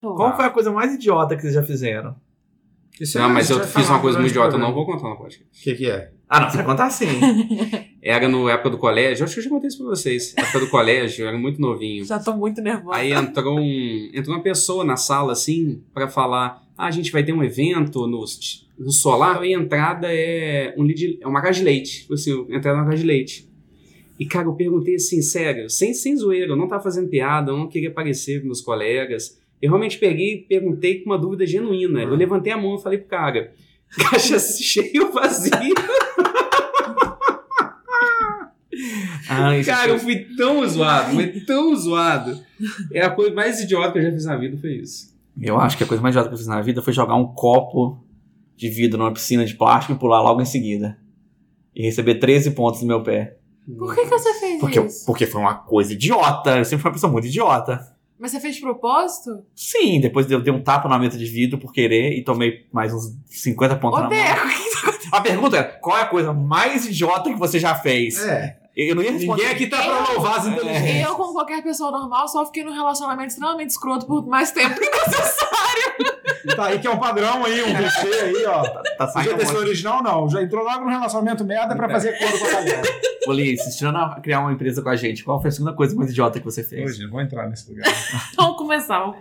Qual foi a coisa mais idiota que vocês já fizeram? Não, mas eu fiz uma coisa muito idiota, eu não vou contar no podcast. O que é? Ah, não, você vai contar sim. Era na época do colégio, acho que eu já contei isso pra vocês. Na época do colégio, eu era muito novinho. Já tô muito nervosa. Aí entrou uma pessoa na sala, assim, pra falar: a gente vai ter um evento no solar, e a entrada é uma caixa de leite. Assim, entrada é uma caixa de leite. E, cara, eu perguntei assim, sério, sem zoeira, eu não tava fazendo piada, eu não queria aparecer com meus colegas. Eu realmente peguei e perguntei com uma dúvida genuína. Eu levantei a mão e falei pro cara: caixa cheia ou vazia? Cara, eu fui tão zoado, mas tão zoado. É a coisa mais idiota que eu já fiz na vida, foi isso. Eu acho que a coisa mais idiota que eu fiz na vida foi jogar um copo de vidro numa piscina de plástico e pular logo em seguida. E receber 13 pontos no meu pé. Por que você fez isso? Porque foi uma coisa idiota. Eu sempre fui uma pessoa muito idiota. Mas você fez de propósito? Sim, depois eu dei um tapa na mesa de vidro por querer e tomei mais uns 50 pontos na mão. A pergunta é: qual é a coisa mais idiota que você já fez? Eu não ia responder. Ninguém aqui tá pra louvar as inteligentes. Eu, como qualquer pessoa normal, só fiquei num relacionamento extremamente escroto por mais tempo que necessário. Tá aí que é um padrão aí, um clichê aí, ó. Tá saindo Podia ter sido original, não. Já entrou logo no relacionamento merda pra fazer acordo com a galera. Ulisses, tirando a criar uma empresa com a gente, qual foi a segunda coisa mais idiota que você fez? Hoje, vou entrar nesse lugar. Vamos começar.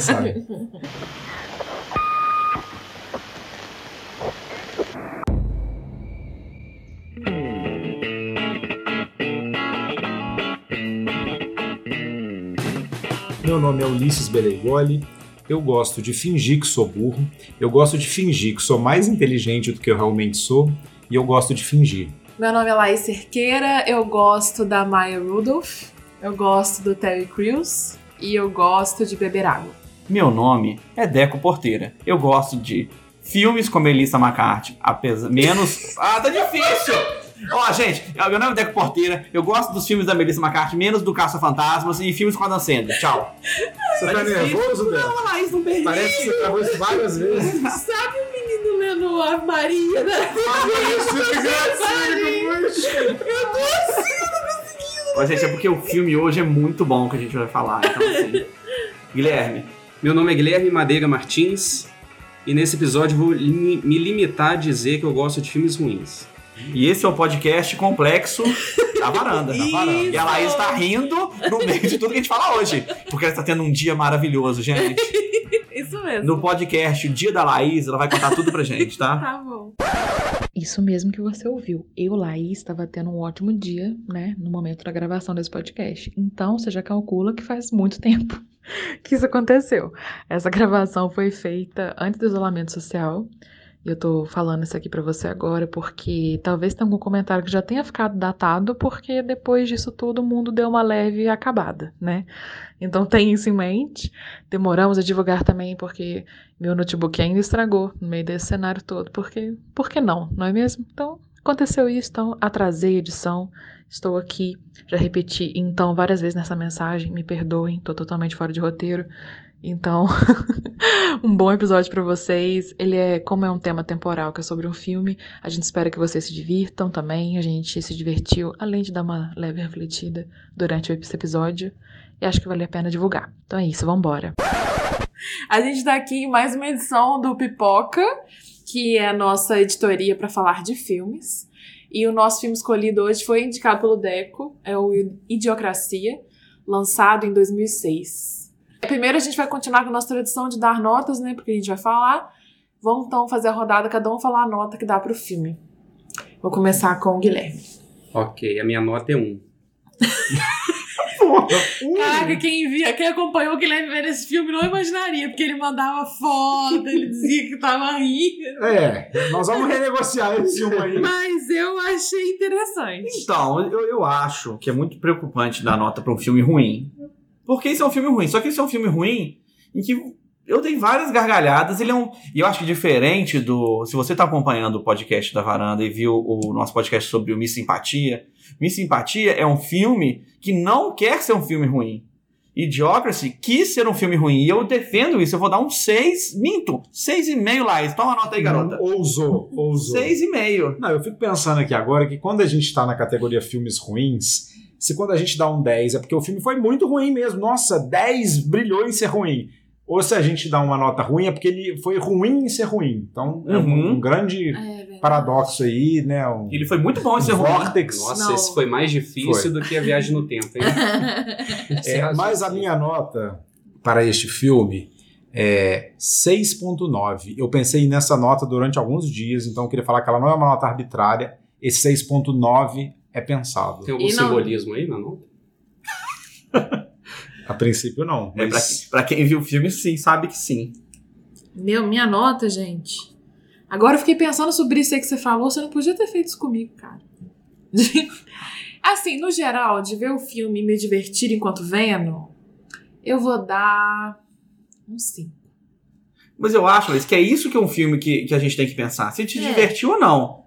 Meu nome é Ulisses Beleigoli. Eu gosto de fingir que sou burro. Eu gosto de fingir que sou mais inteligente do que eu realmente sou. E eu gosto de fingir. Meu nome é Laís Cerqueira. Eu gosto da Maya Rudolph. Eu gosto do Terry Crews. E eu gosto de beber água. Meu nome é Deco Porteira. Eu gosto de filmes com Melissa McCarthy. Menos... tá difícil! Ó, gente, meu nome é Deco Porteira. Eu gosto dos filmes da Melissa McCarthy, menos do Caça-Fantasmas e filmes com a Dan Sandler. Tchau. Você tá nervoso, Deco? Não, Laís, não perdi. Parece que você travou isso várias vezes. Sabe o menino lendo Ave Maria, né? Eu tô assim, eu tô conseguindo. Mas, gente, é porque o filme hoje é muito bom que a gente vai falar. Então, assim... Guilherme. Meu nome é Guilherme Madeira Martins. E nesse episódio eu vou me limitar a dizer que eu gosto de filmes ruins. E esse é o podcast complexo da varanda. E a Laís tá rindo no meio de tudo que a gente fala hoje. Porque ela está tendo um dia maravilhoso, gente. Isso mesmo. No podcast O Dia da Laís, ela vai contar tudo pra gente, tá? Tá bom. Isso mesmo que você ouviu. Eu, Laís, estava tendo um ótimo dia, né? No momento da gravação desse podcast. Então, você já calcula que faz muito tempo que isso aconteceu. Essa gravação foi feita antes do isolamento social. E eu tô falando isso aqui pra você agora porque talvez tenha algum comentário que já tenha ficado datado, porque depois disso tudo o mundo deu uma leve acabada, né? Então tem isso em mente. Demoramos a divulgar também porque meu notebook ainda estragou no meio desse cenário todo. Por que não é mesmo? Então aconteceu isso, então atrasei a edição. Estou aqui, já repeti então várias vezes nessa mensagem, me perdoem, tô totalmente fora de roteiro. Então, um bom episódio pra vocês. Como é um tema temporal, que é sobre um filme, a gente espera que vocês se divirtam também. A gente se divertiu, além de dar uma leve refletida durante esse episódio. E acho que vale a pena divulgar. Então é isso, vambora. A gente tá aqui em mais uma edição do Pipoca, que é a nossa editoria pra falar de filmes. E o nosso filme escolhido hoje foi indicado pelo Deco, é o Idiocracia, lançado em 2006. Primeiro a gente vai continuar com a nossa tradição de dar notas, né? Porque a gente vai falar. Vamos então fazer a rodada, cada um falar a nota que dá pro filme. Vou começar com o Guilherme. Ok, a minha nota é 1. Caraca, quem acompanhou o Guilherme vendo esse filme não imaginaria, porque ele mandava foto, ele dizia que tava rindo. Nós vamos renegociar esse filme aí. Mas eu achei interessante. Então, eu acho que é muito preocupante dar nota pra um filme ruim. Porque isso é um filme ruim. Só que isso é um filme ruim em que eu dei várias gargalhadas. E eu acho que diferente do... Se você tá acompanhando o podcast da Varanda e viu o nosso podcast sobre o Miss Simpatia, Miss Simpatia é um filme que não quer ser um filme ruim. Idiocracy quis ser um filme ruim. E eu defendo isso. Eu vou dar um 6. Minto. 6,5, Laís. Toma a nota aí, garota. Ousou. 6,5. Não, eu fico pensando aqui agora que quando a gente tá na categoria filmes ruins... Se quando a gente dá um 10 é porque o filme foi muito ruim mesmo. Nossa, 10 brilhou em ser ruim. ou se a gente dá uma nota ruim, é porque ele foi ruim em ser ruim. Então, é um grande paradoxo aí, né? Ele foi muito bom em ser ruim. Vórtex. Nossa, esse foi mais difícil do que a viagem no tempo, hein? Mas a minha nota para este filme é 6.9. Eu pensei nessa nota durante alguns dias, então eu queria falar que ela não é uma nota arbitrária. Esse 6.9 é pensado. Tem algum simbolismo aí na nota? A princípio, não. Mas... Pra quem viu o filme, sim, sabe que sim. Minha nota, gente. Agora eu fiquei pensando sobre isso aí que você falou. Você não podia ter feito isso comigo, cara. Assim, no geral, de ver o filme e me divertir enquanto vendo, eu vou dar um 5. Mas eu acho, Luiz, que é isso que é um filme que a gente tem que pensar. Se te divertiu ou não.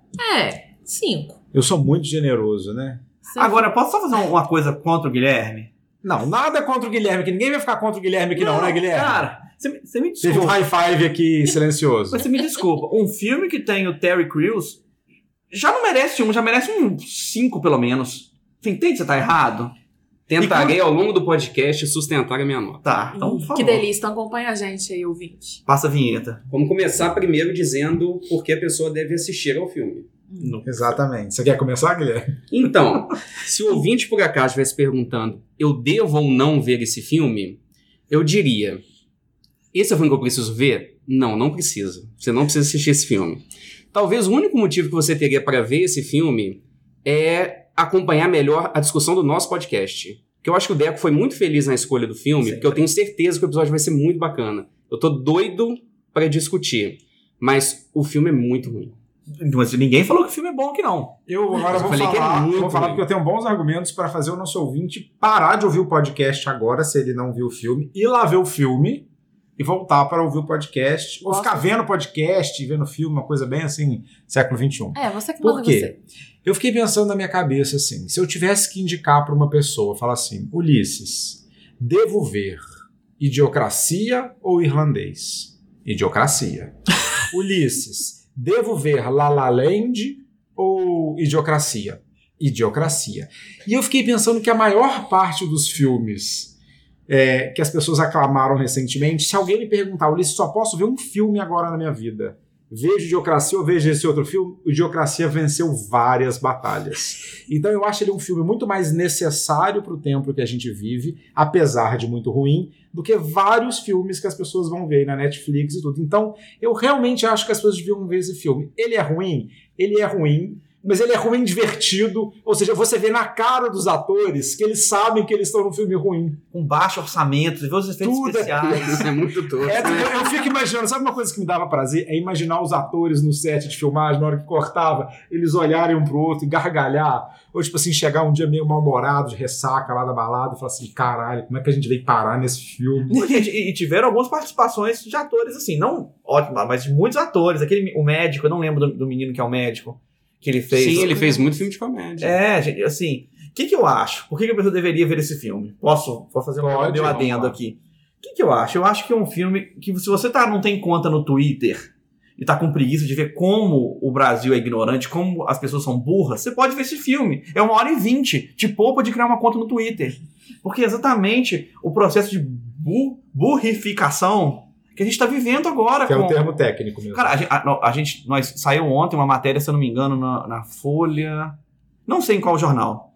5. Eu sou muito generoso, né? Agora, posso só fazer uma coisa contra o Guilherme? Não, nada contra o Guilherme, que ninguém vai ficar contra o Guilherme aqui não, né, Guilherme? Cara, você me desculpa. Teve um high five aqui silencioso. Mas você me desculpa. Um filme que tem o Terry Crews já não merece já merece um 5 pelo menos. Você entende que você tá errado? Tentarei ao longo do podcast sustentar a minha nota. Tá, então por favor. Que delícia, então acompanha a gente aí, ouvinte. Passa a vinheta. Vamos começar primeiro dizendo por que a pessoa deve assistir ao filme. Exatamente. Você quer começar, Guilherme? Então, se o ouvinte por acaso estivesse perguntando, eu devo ou não ver esse filme? Eu diria, esse é o filme que eu preciso ver? Não, não precisa. Você não precisa assistir esse filme. Talvez o único motivo que você teria para ver esse filme é acompanhar melhor a discussão do nosso podcast. Porque eu acho que o Deco foi muito feliz na escolha do filme, porque eu tenho certeza que o episódio vai ser muito bacana. Eu tô doido para discutir, mas o filme é muito ruim. Mas ninguém falou que o filme é bom aqui, não. Eu agora vou falei falar, que é muito porque eu tenho bons argumentos para fazer o nosso ouvinte parar de ouvir o podcast agora, se ele não viu o filme, ir lá ver o filme e voltar para ouvir o podcast, ou ficar vendo o podcast e vendo o filme, uma coisa bem assim, século XXI. Você que manda. Por quê? Você. Eu fiquei pensando na minha cabeça assim, se eu tivesse que indicar para uma pessoa, falar assim, Ulisses, devo ver Idiocracia ou Irlandês? Idiocracia. Ulisses, devo ver La La Land ou Idiocracia? Idiocracia. E eu fiquei pensando que a maior parte dos filmes que as pessoas aclamaram recentemente, se alguém me perguntar, Ulisses, só posso ver um filme agora na minha vida, vejo Idiocracia ou vejo esse outro filme, Idiocracia venceu várias batalhas. Então eu acho ele um filme muito mais necessário para o tempo que a gente vive, apesar de muito ruim, do que vários filmes que as pessoas vão ver aí na Netflix e tudo. Então eu realmente acho que as pessoas deviam ver esse filme. Ele é ruim, mas ele é ruim divertido, ou seja, você vê na cara dos atores que eles sabem que eles estão num filme ruim. Com baixo orçamento, vê os efeitos especiais. É muito tosco. Eu fico imaginando, sabe uma coisa que me dava prazer? É imaginar os atores no set de filmagem, na hora que cortava, eles olharem um pro outro e gargalhar, ou tipo assim, chegar um dia meio mal-humorado, de ressaca lá da balada, e falar assim, caralho, como é que a gente veio parar nesse filme? E tiveram algumas participações de atores, assim, não ótimas, mas de muitos atores. O médico, eu não lembro do menino que é o médico, que ele fez. Sim, ele fez muito filme de comédia. Gente, assim, o que eu acho? Por que a pessoa deveria ver esse filme? Posso fazer meu adendo aqui? O que eu acho? Eu acho que é um filme que, se você não tem conta no Twitter e tá com preguiça de ver como o Brasil é ignorante, como as pessoas são burras, você pode ver esse filme. É 1h20. Te poupa de criar uma conta no Twitter. Porque é exatamente o processo de burrificação que a gente tá vivendo agora. Que é um termo técnico mesmo. Cara, nós saiu ontem uma matéria, se eu não me engano, na Folha, não sei em qual jornal,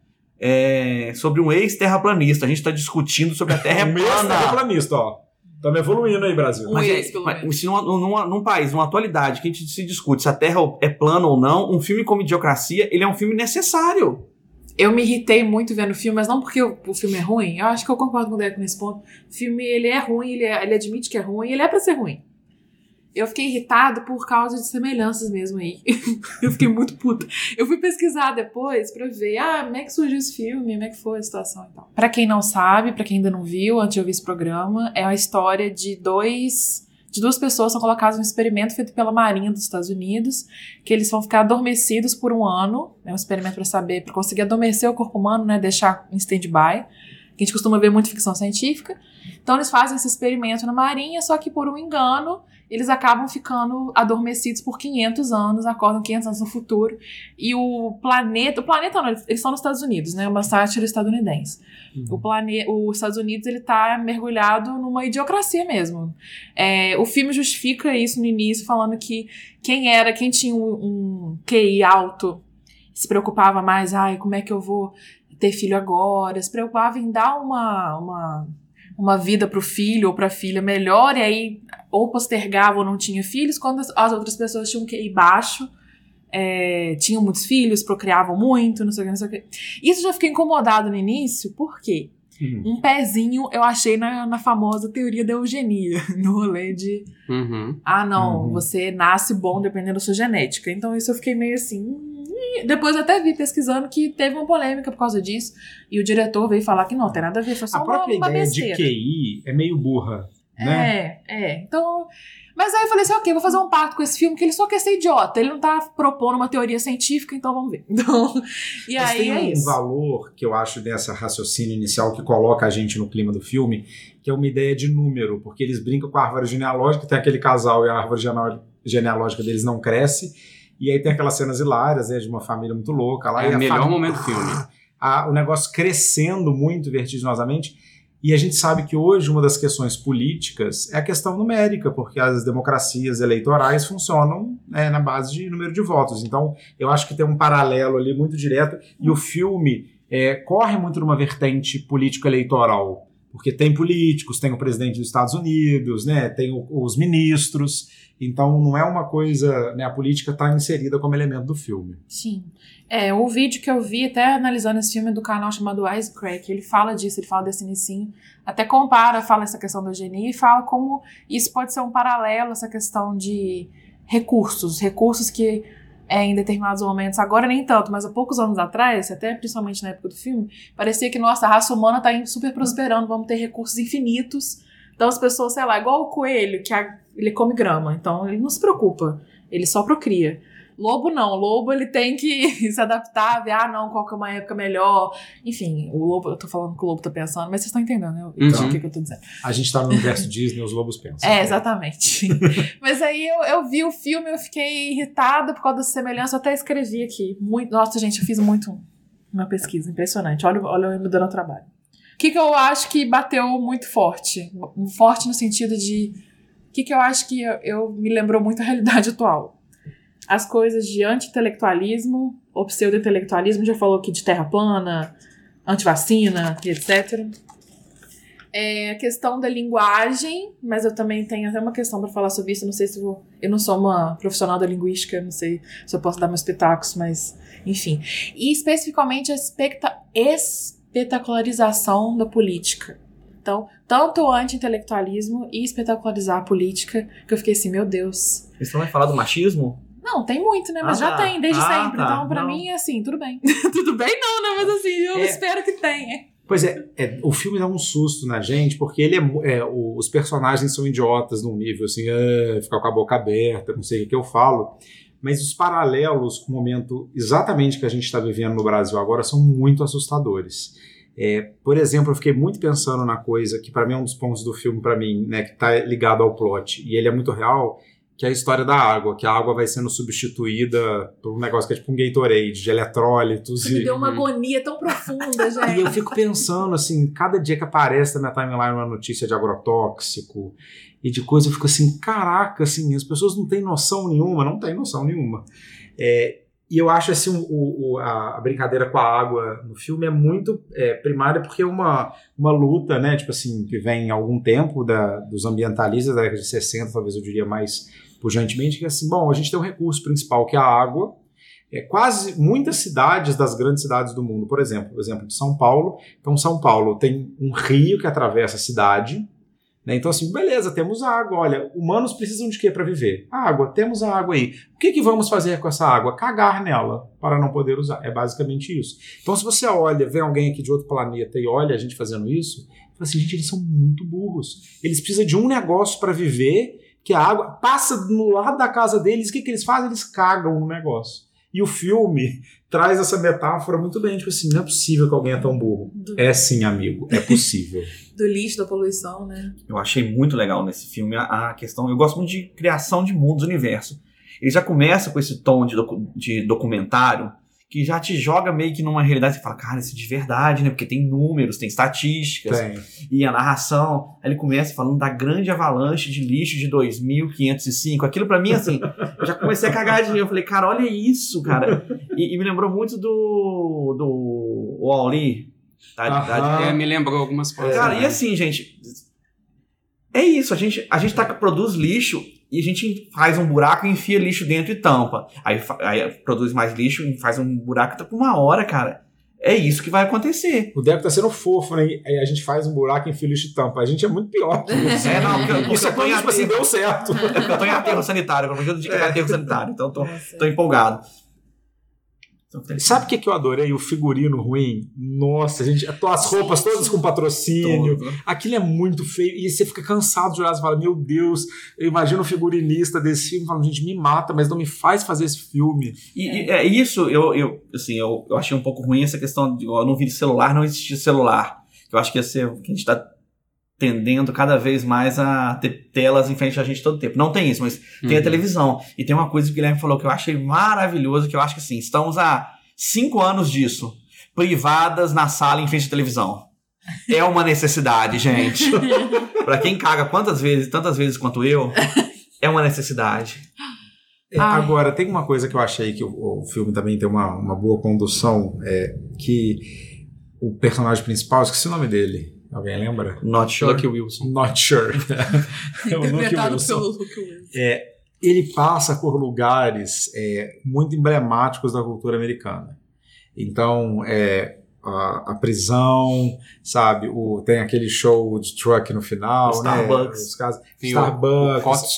sobre um ex-terraplanista. A gente tá discutindo sobre a Terra é plana. Ex-terraplanista, ó. Estamos evoluindo aí, Brasil. Mas se num país, numa atualidade, que a gente se discute se a Terra é plana ou não, um filme como Idiocracia, ele é um filme necessário. Eu me irritei muito vendo o filme, mas não porque o filme é ruim. Eu acho que eu concordo com o Deco nesse ponto. O filme, ele é ruim, ele admite que é ruim, ele é pra ser ruim. Eu fiquei irritado por causa de semelhanças mesmo aí. Eu fiquei muito puta. Eu fui pesquisar depois pra ver, como é que surgiu esse filme, como é que foi a situação e tal. Pra quem não sabe, pra quem ainda não viu, antes de ouvir esse programa, é uma história de duas pessoas são colocadas num experimento feito pela Marinha dos Estados Unidos, que eles vão ficar adormecidos por um ano, um experimento para conseguir adormecer o corpo humano, né, deixar em stand-by, que a gente costuma ver muito ficção científica. Então eles fazem esse experimento na Marinha, só que por um engano eles acabam ficando adormecidos por 500 anos, acordam 500 anos no futuro. E o planeta não, eles estão nos Estados Unidos, né? Uma sátira estadunidense. Os Estados Unidos, ele tá mergulhado numa idiocracia mesmo. O filme justifica isso no início, falando que quem tinha um QI alto se preocupava mais, como é que eu vou ter filho agora? Se preocupava em dar uma vida pro filho ou pra filha melhor, e aí ou postergava ou não tinha filhos, quando as outras pessoas tinham um QI baixo, tinham muitos filhos, procriavam muito, não sei o que. Isso já fiquei incomodado no início, por quê? Um pezinho eu achei na famosa teoria da eugenia, no rolê de você nasce bom dependendo da sua genética. Então isso eu fiquei meio assim. Depois eu até vi pesquisando que teve uma polêmica por causa disso, e o diretor veio falar que não tem nada a ver, foi só a própria uma ideia besteira. de QI é meio burra, né? Então... Mas aí eu falei assim, ok, vou fazer um pacto com esse filme, que ele só quer ser idiota, ele não tá propondo uma teoria científica, então vamos ver. Então, e mas aí tem isso. valor que eu acho dessa raciocínio inicial que coloca a gente no clima do filme, que é uma ideia de número, porque eles brincam com a árvore genealógica, tem aquele casal e a árvore genealógica deles não cresce, e aí tem aquelas cenas hilárias, de uma família muito louca lá. É e o melhor momento do filme. O negócio crescendo muito vertiginosamente. E a gente sabe que hoje uma das questões políticas é a questão numérica, porque as democracias eleitorais funcionam na base de número de votos. Então, eu acho que tem um paralelo ali muito direto, e o filme corre muito numa vertente político-eleitoral, porque tem políticos, tem o presidente dos Estados Unidos, né, tem os ministros, então não é uma coisa, a política está inserida como elemento do filme. Sim. O vídeo que eu vi, até analisando esse filme, do canal chamado Wisecrack, ele fala disso, ele fala desse inicinho, até fala essa questão da eugenia e fala como isso pode ser um paralelo, essa questão de recursos que em determinados momentos, agora nem tanto, mas há poucos anos atrás, até principalmente na época do filme, parecia que, nossa, a raça humana está super prosperando, vamos ter recursos infinitos, então as pessoas, sei lá, igual o coelho, que ele come grama, então ele não se preocupa, ele só procria. Lobo não, lobo ele tem que se adaptar, ver, não, qual que é uma época melhor, enfim, o lobo, eu tô falando que o lobo tá pensando, mas vocês estão entendendo, né, o que eu tô dizendo. A gente tá no universo Disney, os lobos pensam. Exatamente. Mas aí eu vi o filme, eu fiquei irritada por causa da semelhança, eu até escrevi aqui, nossa gente, eu fiz uma pesquisa impressionante, olha eu me dando trabalho. O que eu acho que bateu muito forte no sentido de, o que eu acho que eu me lembrou muito a realidade atual. As coisas de anti-intelectualismo, ou pseudo-intelectualismo, já falou aqui de terra plana, antivacina e etc. A questão da linguagem, mas eu também tenho até uma questão para falar sobre isso, não sei se eu não sou uma profissional da linguística, não sei se eu posso dar meus pitacos, mas enfim. E especificamente a espetacularização da política. Então, tanto o anti-intelectualismo e espetacularizar a política, que eu fiquei assim, meu Deus. Você não vai falar do machismo? Não, tem muito, né? Mas já tem, desde sempre. Tá. Então, pra mim, é assim, tudo bem. Tudo bem não, né? Mas assim, eu espero que tenha. Pois o filme dá um susto na gente, porque ele os personagens são idiotas num nível assim, ficar com a boca aberta, não sei o que eu falo, mas os paralelos com o momento exatamente que a gente está vivendo no Brasil agora são muito assustadores. Por exemplo, eu fiquei muito pensando na coisa que para mim é um dos pontos do filme, para mim, né, que está ligado ao plot, e ele é muito real, que é a história da água, que a água vai sendo substituída por um negócio que é tipo um Gatorade, de eletrólitos. Me deu uma agonia tão profunda, gente. E eu fico pensando, assim, cada dia que aparece na minha timeline uma notícia de agrotóxico e de coisa, eu fico assim, caraca, assim, as pessoas não têm noção nenhuma, E eu acho, assim, a brincadeira com a água no filme é muito primária, porque é uma luta, né, tipo assim, que vem há algum tempo dos ambientalistas da década de 60, talvez eu diria mais pujantemente, que é assim, bom, a gente tem um recurso principal, que é a água. Quase muitas cidades das grandes cidades do mundo, por exemplo, o exemplo de São Paulo. Então, São Paulo tem um rio que atravessa a cidade, né? Então, assim, beleza, temos água. Olha, humanos precisam de quê para viver? Água, temos a água aí. O que vamos fazer com essa água? Cagar nela, para não poder usar. É basicamente isso. Então, se você olha, vem alguém aqui de outro planeta e olha a gente fazendo isso, fala assim, gente, eles são muito burros. Eles precisam de um negócio para viver, que a água passa no lado da casa deles. O que eles fazem? Eles cagam no negócio. E o filme traz essa metáfora muito bem, tipo assim, não é possível que alguém é tão burro. É sim, amigo, é possível. Do lixo, da poluição, né? Eu achei muito legal nesse filme a questão. Eu gosto muito de criação de mundos, universo. Ele já começa com esse tom de documentário que já te joga meio que numa realidade. Você fala, cara, isso é de verdade, né? Porque tem números, tem estatísticas. E a narração. Aí ele começa falando da grande avalanche de lixo de 2505. Aquilo pra mim, assim, eu já comecei a cagar de rir. Eu falei, cara, olha isso, cara. E me lembrou muito do Wall-E. Me lembrou algumas coisas. Cara, e assim, gente, é isso, a gente produz lixo e a gente faz um buraco e enfia lixo dentro e tampa. Aí produz mais lixo e faz um buraco e tá por 1 hora, cara. É isso que vai acontecer. O Deco tá sendo fofo, né? Aí a gente faz um buraco e enfia lixo e tampa. A gente é muito pior que isso. Isso é quando, tipo assim, deu certo. Eu tô em aterro sanitário, eu não digo que é aterro sanitário, então tô empolgado. Sabe o que eu adorei? O figurino ruim. Nossa, gente, as roupas todas com patrocínio. Aquilo é muito feio. E você fica cansado de olhar e fala, meu Deus, eu imagino o figurinista desse filme falando, gente, me mata, mas não me faz fazer esse filme. E é isso, eu achei um pouco ruim essa questão de eu não vi celular, não existia celular. Eu acho que ia ser que a gente tá tendendo cada vez mais a ter telas em frente a gente todo tempo. Não tem isso, mas tem a televisão. E tem uma coisa que o Guilherme falou que eu achei maravilhoso, que eu acho que assim, estamos há 5 anos disso, privadas na sala em frente à televisão. É uma necessidade, gente. Pra quem caga tantas vezes quanto eu, é uma necessidade. Agora, tem uma coisa que eu achei que o filme também tem uma boa condução, que o personagem principal, esqueci o nome dele. Alguém lembra? Not Sure. Lucky Wilson. Not Sure. Interpretado pelo Luke Wilson. Ele passa por lugares muito emblemáticos da cultura americana. Então, a prisão, sabe? Tem aquele show de truck no final, Starbucks. Né? Starbucks.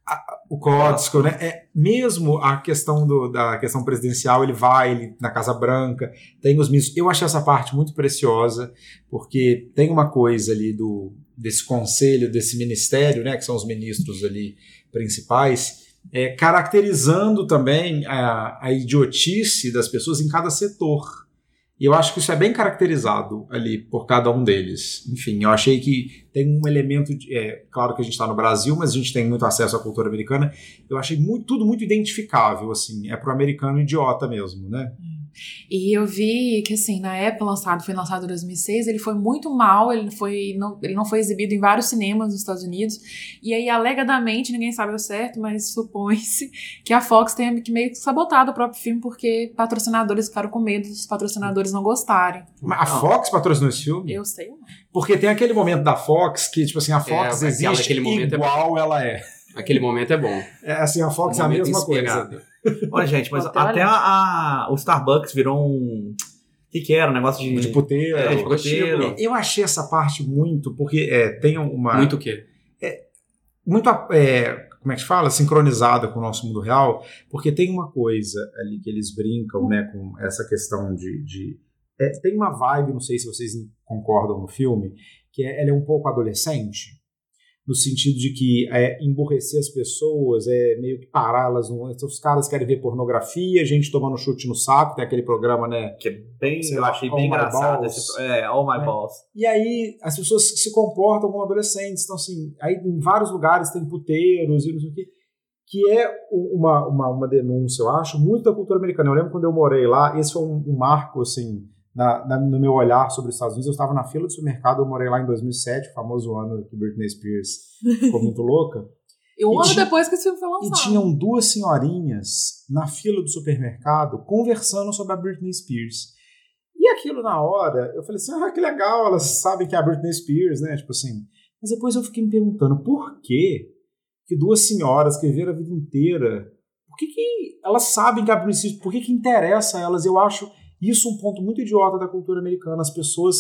O Código, né? Mesmo a questão da questão presidencial, ele na Casa Branca, tem os ministros. Eu achei essa parte muito preciosa, porque tem uma coisa ali desse conselho, desse ministério, né? Que são os ministros ali principais, caracterizando também a idiotice das pessoas em cada setor. E eu acho que isso é bem caracterizado ali por cada um deles. Enfim, eu achei que tem um elemento... claro que a gente está no Brasil, mas a gente tem muito acesso à cultura americana. Eu achei tudo muito identificável, assim. É pro americano idiota mesmo, né? E eu vi que, assim, na época foi lançado em 2006, ele foi muito mal, ele não foi exibido em vários cinemas nos Estados Unidos, e aí, alegadamente, ninguém sabe ao certo, mas supõe-se que a Fox tenha que meio que sabotado o próprio filme, porque patrocinadores ficaram com medo dos patrocinadores não gostarem. Mas a Fox patrocinou esse filme? Eu sei, não. Porque tem aquele momento da Fox que, tipo assim, a Fox existe igual ela é. Aquele momento é bom. Assim, a Fox é a mesma coisa. Olha, gente, mas até o Starbucks virou um... O que era? Um negócio de puteiro. De puteiro. Eu achei essa parte muito, porque tem uma... Muito o quê? Muito, como é que se fala? Sincronizada com o nosso mundo real, porque tem uma coisa ali que eles brincam, né, com essa questão tem uma vibe, não sei se vocês concordam no filme, que ela é um pouco adolescente, no sentido de que emburrecer as pessoas, meio que pará-las. Os caras querem ver pornografia, gente tomando chute no saco, tem aquele programa, né? Que é bem, eu achei bem engraçado. All My Balls. E aí as pessoas se comportam como adolescentes. Então, assim, aí em vários lugares tem puteiros e não sei o quê, que é uma denúncia, eu acho, muito da cultura americana. Eu lembro quando eu morei lá, esse foi um marco, assim, no meu olhar sobre os Estados Unidos. Eu estava na fila do supermercado, eu morei lá em 2007, o famoso ano que Britney Spears ficou muito louca. E um ano depois que esse filme foi lançado. E tinham 2 senhorinhas na fila do supermercado conversando sobre a Britney Spears. E aquilo na hora, eu falei assim, que legal, elas sabem que é a Britney Spears, né? Tipo assim. Mas depois eu fiquei me perguntando, por que 2 senhoras que viveram a vida inteira, por que elas sabem que a Britney Spears, por que interessa a elas? Eu acho isso um ponto muito idiota da cultura americana. As pessoas,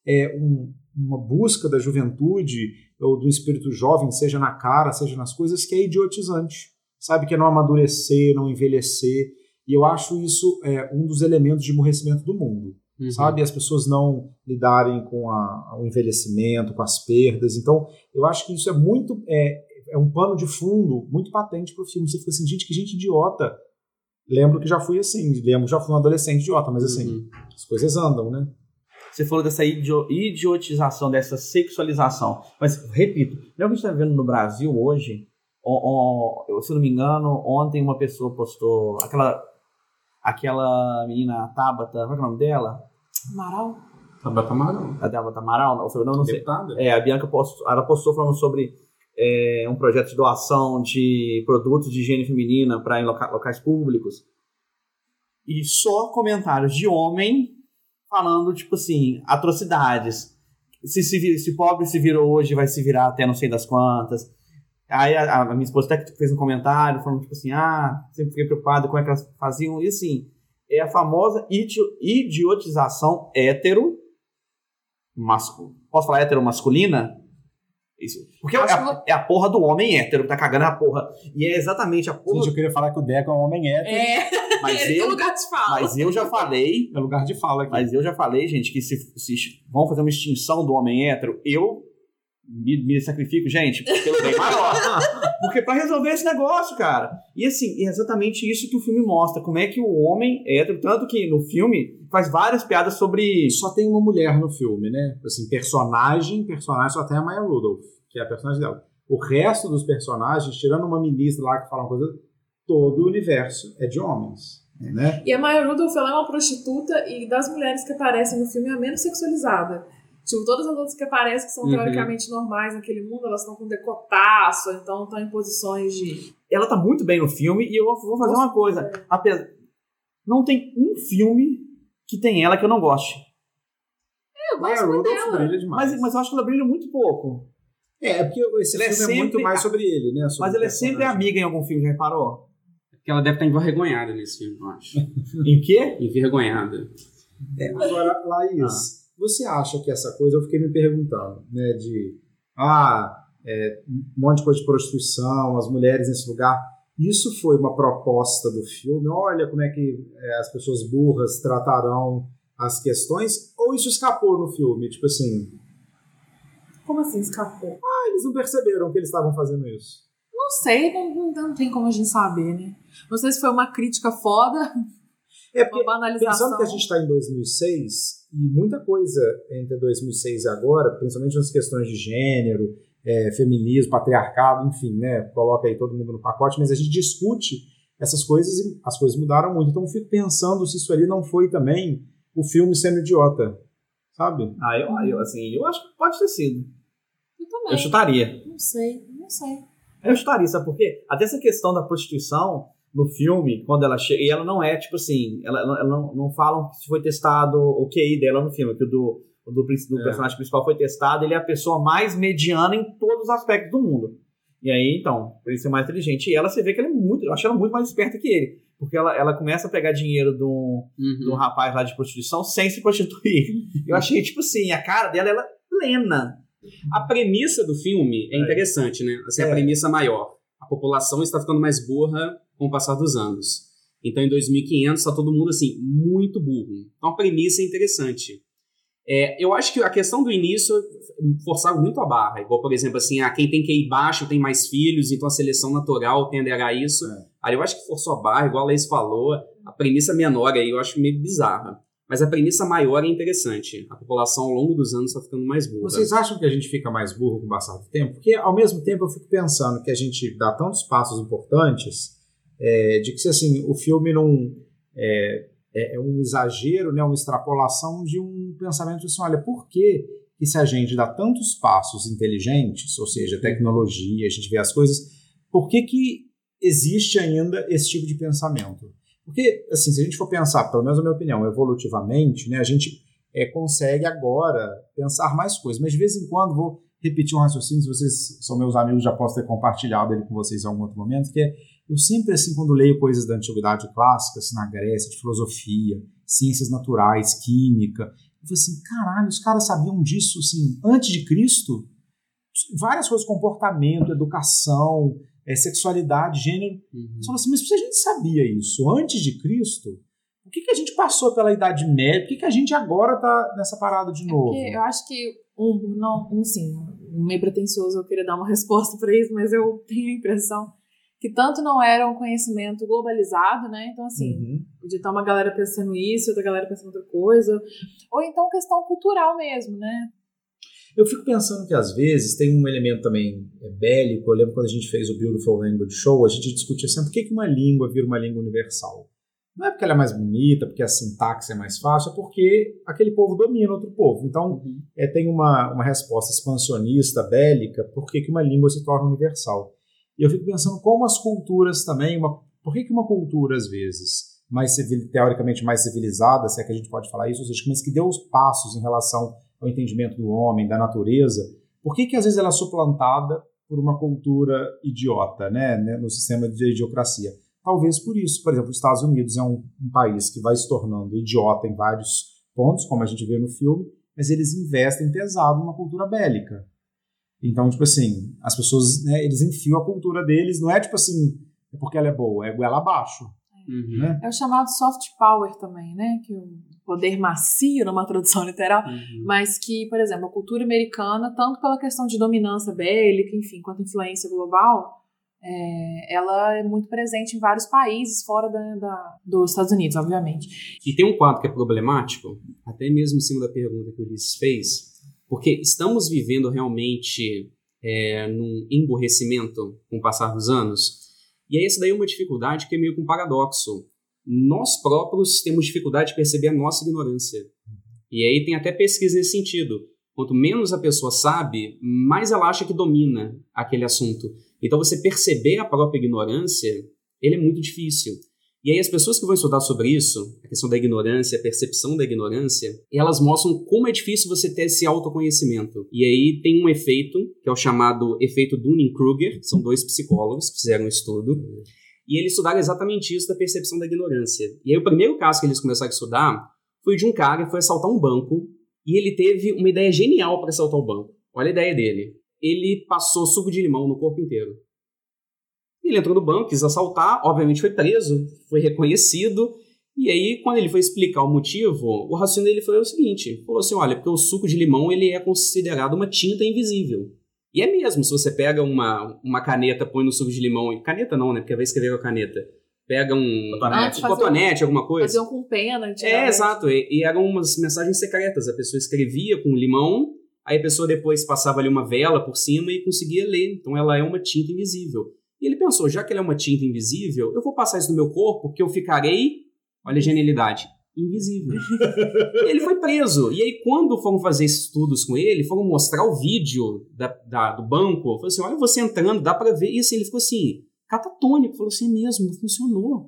uma busca da juventude ou do espírito jovem, seja na cara, seja nas coisas, que é idiotizante, sabe? Que é não amadurecer, não envelhecer. E eu acho isso um dos elementos de emburrecimento do mundo, sabe? As pessoas não lidarem com o envelhecimento, com as perdas. Então, eu acho que isso é muito... é um pano de fundo muito patente pro filme. Você fica assim, gente, que gente idiota lembro que já fui assim, lembro que já fui um adolescente idiota, mas assim, as coisas andam, né? Você falou dessa idiotização, dessa sexualização. Mas, repito, não é o que a gente está vendo no Brasil hoje. Se eu não me engano, ontem uma pessoa postou aquela menina Tabata, qual é o nome dela? Amaral? Tabata Amaral. A Tabata Amaral? Não sei. Deputada. A Bianca postou falando sobre um projeto de doação de produtos de higiene feminina para locais públicos. E só comentários de homem falando, tipo assim, atrocidades. Se pobre se virou hoje, vai se virar até não sei das quantas. Aí a minha esposa até fez um comentário falando, tipo assim, sempre fiquei preocupado com como é que elas faziam. E assim, é a famosa idiotização Posso falar heteromasculina? Isso. Porque é a porra do homem hétero que tá cagando a porra. E é exatamente a porra... Gente, eu queria falar que o Deco é um homem hétero. Mas ele tem lugar de fala. Mas eu já falei... É lugar de fala aqui. Mas eu já falei, gente, que se vão fazer uma extinção do homem hétero, eu me sacrifico, gente, pelo bem maior. Porque pra resolver esse negócio, cara. E assim, é exatamente isso que o filme mostra. Como é que o homem hétero, tanto que no filme faz várias piadas sobre... Só tem uma mulher no filme, né? Assim, personagem só tem a Maya Rudolph, que é a personagem dela. O resto dos personagens, tirando uma ministra lá que fala uma coisa, todo o universo é de homens, né? E a Maya Rudolph, ela é uma prostituta e das mulheres que aparecem no filme é a menos sexualizada. Tipo, todas as outras que aparecem, que são teoricamente normais naquele mundo, elas estão com decotaço, então estão em posições de... Ela tá muito bem no filme e eu vou fazer uma coisa. Não tem um filme que tem ela que eu não goste. Eu gosto muito dela. Brilha demais. Mas eu acho que ela brilha muito pouco. Porque esse filme é muito mais sobre ele, né? Mas ela é sempre amiga em algum filme, já reparou? Porque ela deve estar envergonhada nesse filme, eu acho. Em quê? Envergonhada. Agora, Laís, você acha que essa coisa, eu fiquei me perguntando, né, um monte de coisa de prostituição, as mulheres nesse lugar, isso foi uma proposta do filme? Olha como é que as pessoas burras tratarão as questões, ou isso escapou no filme? Tipo assim... Como assim escapou? Eles não perceberam que eles estavam fazendo isso. Não sei, não tem como a gente saber, né? Não sei se foi uma crítica foda, porque, uma banalização. Pensando que a gente está em 2006, e muita coisa entre 2006 e agora, principalmente nas questões de gênero, feminismo, patriarcado, enfim, né? Coloca aí todo mundo no pacote, mas a gente discute essas coisas e as coisas mudaram muito. Então eu fico pensando se isso ali não foi também o filme sendo idiota, sabe? Eu acho que pode ter sido. Eu também. Eu chutaria. Não sei. Eu chutaria, sabe por quê? Até essa questão da prostituição no filme, quando ela chega, e ela não é, tipo assim, ela não falam se foi testado o QI dela no filme, que o do personagem principal foi testado, ele é a pessoa mais mediana em todos os aspectos do mundo. E aí, então, por ele ser mais inteligente, e ela, você vê que ela eu achei ela muito mais esperta que ele, porque ela começa a pegar dinheiro de um rapaz lá de prostituição sem se prostituir. Eu achei, tipo assim, a cara dela, ela plena. A premissa do filme é interessante, né? Assim, a premissa maior. A população está ficando mais burra com o passar dos anos. Então, em 2500, está todo mundo, assim, muito burro. Então, a premissa é interessante. Eu acho que a questão do início forçava muito a barra. Igual, por exemplo, assim, quem tem QI baixo tem mais filhos, então a seleção natural tenderá a isso. Aí eu acho que forçou a barra, igual a Laís falou. A premissa menor aí eu acho meio bizarra. Mas a premissa maior é interessante. A população, ao longo dos anos, está ficando mais burra. Vocês acham que a gente fica mais burro com o passar do tempo? Porque, ao mesmo tempo, eu fico pensando que a gente dá tantos passos importantes de que, assim, o filme não... É um exagero, né, uma extrapolação de um pensamento assim, olha, por que se a gente dá tantos passos inteligentes, ou seja, tecnologia, a gente vê as coisas, por que existe ainda esse tipo de pensamento? Porque, assim, se a gente for pensar, pelo menos na minha opinião, evolutivamente, né, a gente consegue agora pensar mais coisas, mas de vez em quando vou repetir um raciocínio, se vocês são meus amigos, já posso ter compartilhado ele com vocês em algum outro momento, que eu sempre, assim, quando leio coisas da antiguidade clássica, assim, na Grécia, de filosofia, ciências naturais, química, eu falo assim, caralho, os caras sabiam disso, assim, antes de Cristo? Várias coisas, comportamento, educação, sexualidade, gênero. Você fala assim, mas se a gente sabia isso antes de Cristo, por que a gente passou pela Idade Média? Por que a gente agora tá nessa parada de novo? Porque eu acho que, meio pretencioso eu queria dar uma resposta para isso, mas eu tenho a impressão que tanto não era um conhecimento globalizado, né? Então, assim, podia estar uma galera pensando isso, outra galera pensando outra coisa. Ou então questão cultural mesmo, né? Eu fico pensando que, às vezes, tem um elemento também bélico. Eu lembro quando a gente fez o Beautiful Language Show, a gente discutia sempre por que uma língua vira uma língua universal. Não é porque ela é mais bonita, porque a sintaxe é mais fácil, é porque aquele povo domina outro povo. Então, tem uma resposta expansionista, bélica, por que uma língua se torna universal. E eu fico pensando como as culturas também... Por que uma cultura, às vezes, teoricamente mais civilizada, se é que a gente pode falar isso, ou seja, mas que deu os passos em relação ao entendimento do homem, da natureza, por que às vezes ela é suplantada por uma cultura idiota, né, no sistema de idiocracia? Talvez por isso. Por exemplo, os Estados Unidos é um país que vai se tornando idiota em vários pontos, como a gente vê no filme, mas eles investem pesado numa cultura bélica. Então, tipo assim, as pessoas, né, eles enfiam a cultura deles, não é tipo assim, é porque ela é boa, é goela abaixo. Né? É o chamado soft power também, né? Que o poder macio, numa tradução literal, mas que, por exemplo, a cultura americana, tanto pela questão de dominância bélica, enfim, quanto influência global, ela é muito presente em vários países fora dos Estados Unidos, obviamente. E tem um quadro que é problemático, até mesmo em cima da pergunta que o Ulisses fez, porque estamos vivendo realmente num emburrecimento com o passar dos anos. E aí essa daí é uma dificuldade que é meio que um paradoxo. Nós próprios temos dificuldade de perceber a nossa ignorância. E aí tem até pesquisa nesse sentido. Quanto menos a pessoa sabe, mais ela acha que domina aquele assunto. Então você perceber a própria ignorância, ele é muito difícil. E aí as pessoas que vão estudar sobre isso, a questão da ignorância, a percepção da ignorância, elas mostram como é difícil você ter esse autoconhecimento. E aí tem um efeito, que é o chamado efeito Dunning-Kruger, que são 2 psicólogos que fizeram um estudo, e eles estudaram exatamente isso da percepção da ignorância. E aí o primeiro caso que eles começaram a estudar foi de um cara que foi assaltar um banco, e ele teve uma ideia genial para assaltar o banco. Olha a ideia dele. Ele passou suco de limão no corpo inteiro. Ele entrou no banco, quis assaltar, obviamente foi preso, foi reconhecido, e aí quando ele foi explicar o motivo, o raciocínio dele foi o seguinte, falou assim, olha, porque o suco de limão ele é considerado uma tinta invisível. E é mesmo, se você pega uma caneta, põe no suco de limão, caneta não, né, porque vai escrever com a caneta, pega um cotonete, alguma coisa. Faziam com pena. Exato, e eram umas mensagens secretas, a pessoa escrevia com limão, aí a pessoa depois passava ali uma vela por cima e conseguia ler, então ela é uma tinta invisível. E ele pensou, já que ela é uma tinta invisível, eu vou passar isso no meu corpo, porque eu ficarei, olha a genialidade, invisível. Ele foi preso. E aí, quando foram fazer estudos com ele, foram mostrar o vídeo do banco, falou assim, olha você entrando, dá pra ver. E assim, ele ficou assim, catatônico, falou assim, mesmo, não funcionou.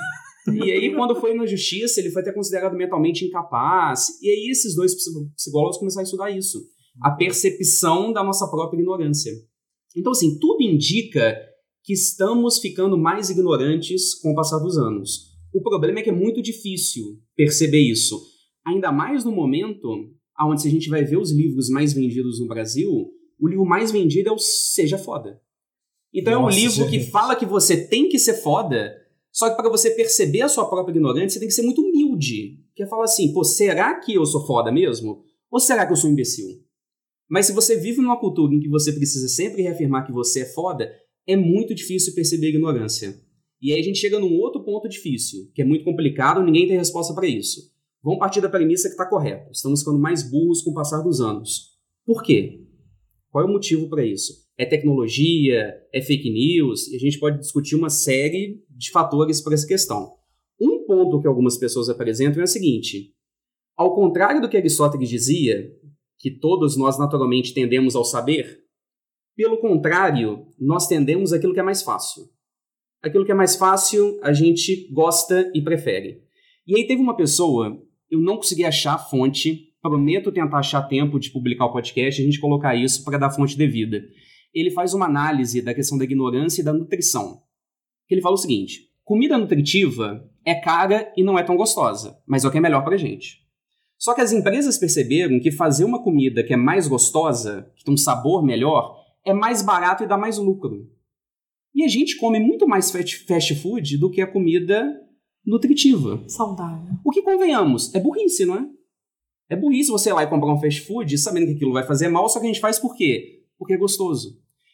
E aí, quando foi na justiça, ele foi até considerado mentalmente incapaz. E aí, esses 2 psicólogos começaram a estudar isso. A percepção da nossa própria ignorância. Então, assim, tudo indica que estamos ficando mais ignorantes com o passar dos anos. O problema é que é muito difícil perceber isso. Ainda mais no momento onde, se a gente vai ver os livros mais vendidos no Brasil, o livro mais vendido é o Seja Foda. Então é um livro que fala que você tem que ser foda, só que para você perceber a sua própria ignorância, você tem que ser muito humilde. Que é falar assim, pô, será que eu sou foda mesmo? Ou será que eu sou um imbecil? Mas se você vive numa cultura em que você precisa sempre reafirmar que você é foda, é muito difícil perceber a ignorância. E aí a gente chega num outro ponto difícil, que é muito complicado, ninguém tem resposta para isso. Vamos partir da premissa que está correta. Estamos ficando mais burros com o passar dos anos. Por quê? Qual é o motivo para isso? É tecnologia? É fake news? E a gente pode discutir uma série de fatores para essa questão. Um ponto que algumas pessoas apresentam é o seguinte. Ao contrário do que Aristóteles dizia, que todos nós naturalmente tendemos ao saber, pelo contrário, nós tendemos àquilo que é mais fácil. Aquilo que é mais fácil, a gente gosta e prefere. E aí teve uma pessoa, eu não consegui achar a fonte, prometo tentar achar tempo de publicar o podcast e a gente colocar isso para dar fonte devida. Ele faz uma análise da questão da ignorância e da nutrição. Ele fala o seguinte, comida nutritiva é cara e não é tão gostosa, mas é o que é melhor pra gente. Só que as empresas perceberam que fazer uma comida que é mais gostosa, que tem um sabor melhor, é mais barato e dá mais lucro. E a gente come muito mais fast food do que a comida nutritiva. Saudável. O que, convenhamos, é burrice, não é? É burrice você ir lá e comprar um fast food sabendo que aquilo vai fazer mal, só que a gente faz por quê? Porque é gostoso.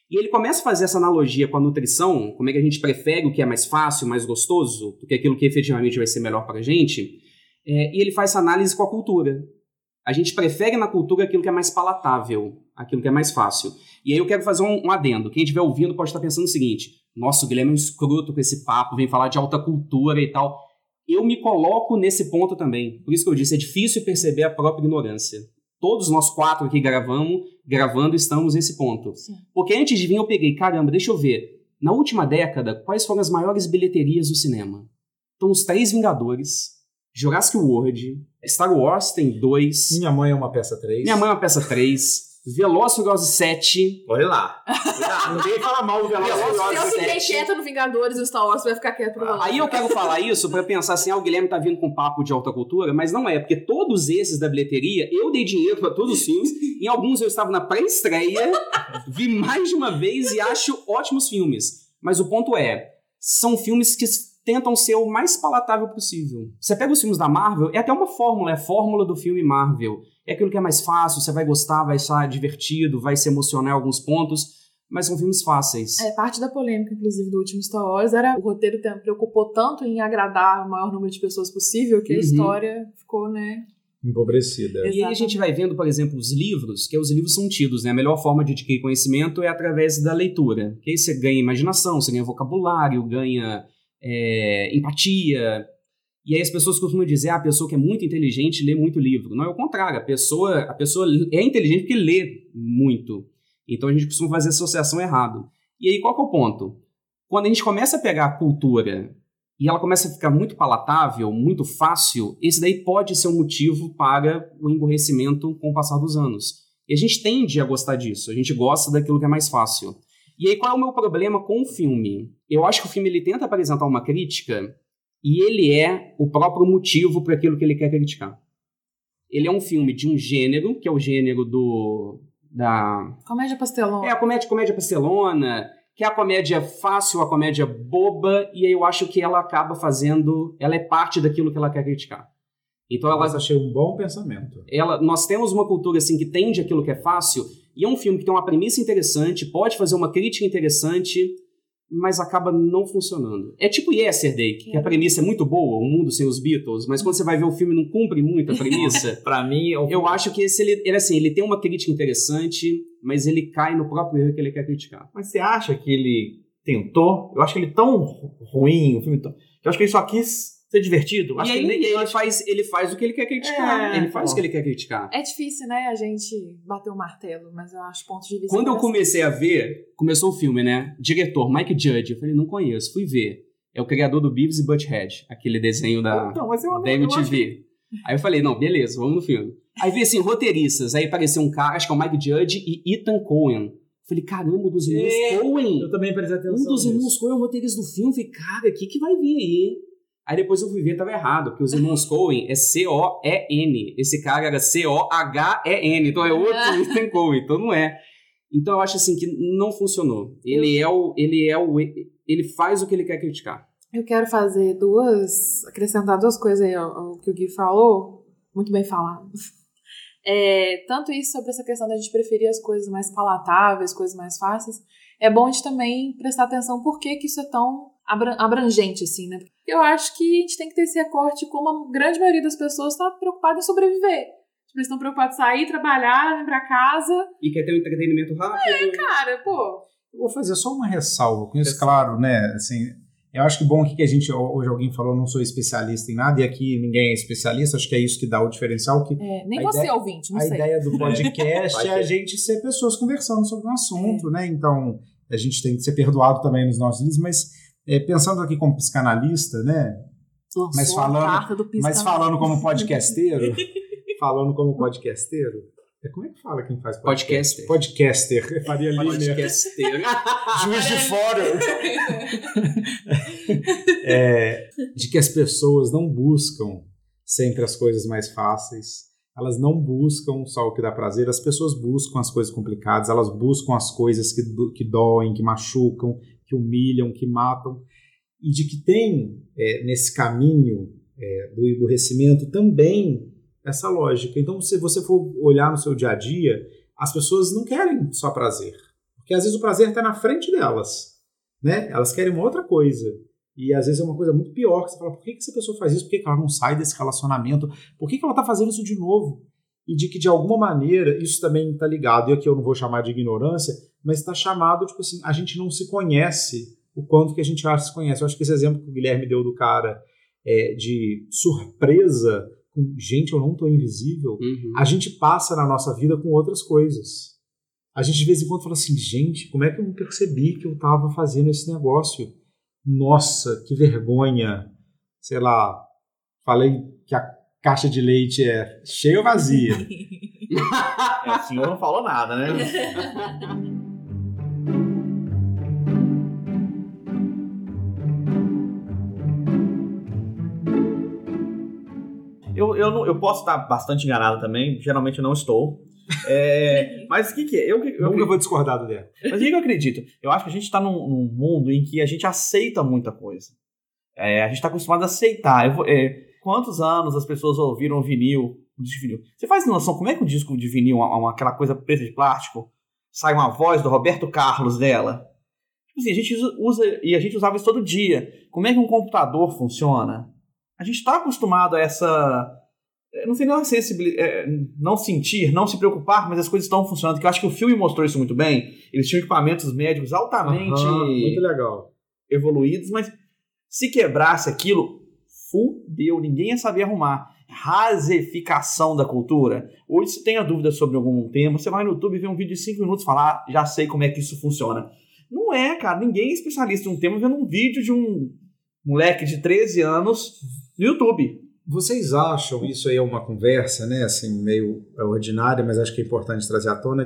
E ele começa a fazer essa analogia com a nutrição, como é que a gente prefere o que é mais fácil, mais gostoso, do que aquilo que efetivamente vai ser melhor para a gente. E ele faz essa análise com a cultura. A gente prefere na cultura aquilo que é mais palatável, aquilo que é mais fácil. E aí eu quero fazer um adendo. Quem estiver ouvindo pode estar pensando o seguinte: nossa, o Guilherme é um escroto com esse papo, vem falar de alta cultura e tal. Eu me coloco nesse ponto também. Por isso que eu disse, é difícil perceber a própria ignorância. Todos nós 4 aqui gravando estamos nesse ponto. Sim. Porque antes de vir eu peguei, caramba, deixa eu ver. Na última década, quais foram as maiores bilheterias do cinema? Então, os 3 Vingadores, Jurassic World, Star Wars tem 2. Minha Mãe é uma Peça 3. Minha Mãe é uma Peça 3. Velozes e Furiosos 7. Olha lá. Ninguém fala mal do Velozes e Se eu Furiosos fiquei 7. quieta no Vingadores e o Star Wars, vai ficar quieto pro Velozes. Aí eu quero falar isso pra pensar assim, o Guilherme tá vindo com papo de alta cultura, mas não é, porque todos esses da bilheteria, eu dei dinheiro pra todos os filmes, em alguns eu estava na pré-estreia, vi mais de uma vez e acho ótimos filmes. Mas o ponto é, são filmes que tentam ser o mais palatável possível. Você pega os filmes da Marvel, é até uma fórmula, é a fórmula do filme Marvel. É aquilo que é mais fácil, você vai gostar, vai estar divertido, vai se emocionar em alguns pontos, mas são filmes fáceis. Parte da polêmica, inclusive, do último Star Wars era o roteiro preocupou tanto em agradar o maior número de pessoas possível que a história ficou, né? Empobrecida. E aí a gente vai vendo, por exemplo, os livros, que os livros são tidos, né? A melhor forma de adquirir conhecimento é através da leitura. Que aí você ganha imaginação, você ganha vocabulário, ganha empatia. E aí as pessoas costumam dizer, a pessoa que é muito inteligente lê muito livro. Não, é o contrário, a pessoa é inteligente porque lê muito. Então a gente costuma fazer associação errado. E aí qual que é o ponto? Quando a gente começa a pegar a cultura e ela começa a ficar muito palatável, muito fácil, esse daí pode ser um motivo para o emburrecimento com o passar dos anos. E a gente tende a gostar disso, a gente gosta daquilo que é mais fácil. E aí qual é o meu problema com o filme? Eu acho que o filme ele tenta apresentar uma crítica e ele é o próprio motivo para aquilo que ele quer criticar. Ele é um filme de um gênero, que é o gênero da... Comédia pastelona. É a comédia pastelona, que é a comédia fácil, a comédia boba, e aí eu acho que ela acaba fazendo... Ela é parte daquilo que ela quer criticar. Então ela... Mas achei um bom pensamento. Nós temos uma cultura assim que tende àquilo que é fácil, e é um filme que tem uma premissa interessante, pode fazer uma crítica interessante, mas acaba não funcionando. É tipo Yesterday, que a premissa é muito boa, um mundo sem os Beatles, mas quando você vai ver o filme não cumpre muito a premissa. Pra mim, eu acho que ele tem uma crítica interessante, mas ele cai no próprio erro que ele quer criticar. Mas você acha que ele tentou? Eu acho que ele é tão ruim, o filme que eu acho que ele só quis ser divertido. E aí ele faz o que ele quer criticar. Ele faz o que ele quer criticar. É difícil, né, a gente bater o martelo, mas eu acho pontos de vista... Quando eu comecei a ver, começou o filme, né? Diretor, Mike Judge. Eu falei, não conheço. Fui ver. É o criador do Beavis e Butthead, aquele desenho da MTV. Aí eu falei, não, beleza, vamos no filme. Aí vi assim, roteiristas. Aí apareceu um cara, acho que é o Mike Judge e Ethan Coen. Falei, caramba, dos irmãos Coen. Eu também prestei atenção. Um dos irmãos Coen é o roteirista do filme. Falei, cara, o que vai vir aí, hein? Aí depois eu fui ver, tava errado, porque os irmãos Coen é C-O-E-N. Esse cara era C-O-H-E-N, então é outro Ethan Coen, então não é. Então eu acho assim que não funcionou. Ele faz o que ele quer criticar. Eu quero acrescentar 2 coisas aí ao que o Gui falou, muito bem falado. Tanto isso sobre essa questão da gente preferir as coisas mais palatáveis, coisas mais fáceis, é bom a gente também prestar atenção por que isso é tão abrangente, assim, né? Porque eu acho que a gente tem que ter esse recorte como a grande maioria das pessoas está preocupada em sobreviver. Eles estão preocupados em sair, trabalhar, vir pra casa. E quer ter um entretenimento rápido. Cara, pô. Eu vou fazer só uma ressalva com isso, claro, né? Assim, eu acho que bom que a gente, hoje alguém falou, não sou especialista em nada, e aqui ninguém é especialista, acho que é isso que dá o diferencial. Que nem você, ouvinte, não sei. A ideia do podcast é a gente ser pessoas conversando sobre um assunto, né? Então, a gente tem que ser perdoado também nos nossos livros, mas pensando aqui como psicanalista, né? Mas falando como podcasteiro, como é que fala quem faz podcast? Podcaster. Faria Podcaster. Juiz de fora. De que as pessoas não buscam sempre as coisas mais fáceis. Elas não buscam só o que dá prazer. As pessoas buscam as coisas complicadas. Elas buscam as coisas que doem, que machucam, que humilham, que matam. E de que tem, nesse caminho do emburrecimento, também essa lógica. Então, se você for olhar no seu dia a dia, as pessoas não querem só prazer. Porque às vezes o prazer está na frente delas, né? Elas querem uma outra coisa. E às vezes é uma coisa muito pior, que você fala, por que essa pessoa faz isso? Por que ela não sai desse relacionamento? Por que ela está fazendo isso de novo? E de que, de alguma maneira, isso também está ligado, e aqui eu não vou chamar de ignorância, mas está chamado, tipo assim, a gente não se conhece o quanto que a gente acha que se conhece. Eu acho que esse exemplo que o Guilherme deu do cara de surpresa, com gente, eu não estou invisível, a gente passa na nossa vida com outras coisas. A gente de vez em quando fala assim, gente, como é que eu não percebi que eu estava fazendo esse negócio? Nossa, que vergonha. Sei lá, falei que a caixa de leite é cheia ou vazia? O senhor não falou nada, né? Eu posso estar bastante enganado também, geralmente eu não estou. Mas o que é? Nunca vou discordar do Dé. Mas o que eu acredito? Eu acho que a gente está num mundo em que a gente aceita muita coisa. A gente está acostumado a aceitar. Quantos anos as pessoas ouviram vinil? Você faz noção como é que o disco de vinil, aquela coisa preta de plástico, sai uma voz do Roberto Carlos dela? Tipo assim, a gente usava isso todo dia. Como é que um computador funciona? A gente está acostumado a essa... Não sei, não sentir, não se preocupar, mas as coisas estão funcionando. Que eu acho que o filme mostrou isso muito bem. Eles tinham equipamentos médicos altamente muito legal, evoluídos, mas se quebrasse aquilo, fudeu, ninguém ia saber arrumar. Rasificação da cultura. Hoje, se tem a dúvida sobre algum tema, você vai no YouTube e vê um vídeo de 5 minutos e fala, já sei como é que isso funciona. Não é, cara, ninguém é especialista em um tema vendo um vídeo de um moleque de 13 anos no YouTube. Vocês acham, isso aí é uma conversa, né, assim, meio ordinária, mas acho que é importante trazer à tona,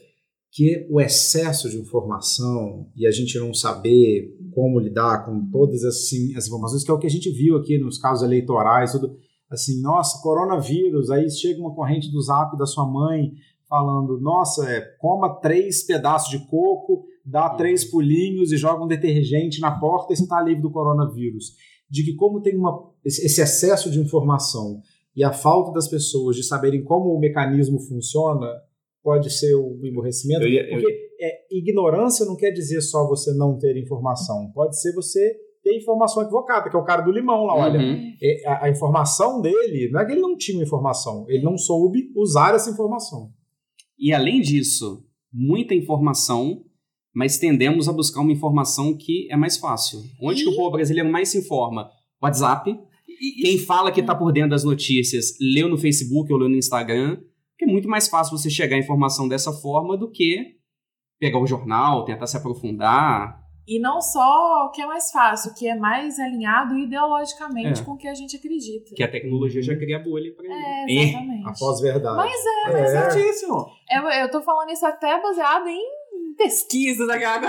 que o excesso de informação e a gente não saber como lidar com todas assim, as informações, que é o que a gente viu aqui nos casos eleitorais, tudo assim, nossa, coronavírus, aí chega uma corrente do Zap da sua mãe falando, nossa, coma 3 pedaços de coco, dá 3 pulinhos e joga um detergente na porta e você está livre do coronavírus. De que como tem esse excesso de informação e a falta das pessoas de saberem como o mecanismo funciona, pode ser o emborrecimento. Porque ignorância não quer dizer só você não ter informação. Pode ser você ter informação equivocada, que é o cara do limão lá, olha. A informação dele, não é que ele não tinha informação, ele não soube usar essa informação. E além disso, muita informação, mas tendemos a buscar uma informação que é mais fácil. Onde que o povo brasileiro mais se informa? WhatsApp. Quem fala que está por dentro das notícias, leu no Facebook ou leu no Instagram, que é muito mais fácil você chegar à informação dessa forma do que pegar o jornal, tentar se aprofundar. E não só o que é mais fácil, o que é mais alinhado ideologicamente com o que a gente acredita. Que a tecnologia já cria bolha para ele. Exatamente. A pós-verdade. Mas é certíssimo. Eu tô falando isso até baseado em pesquisas agora.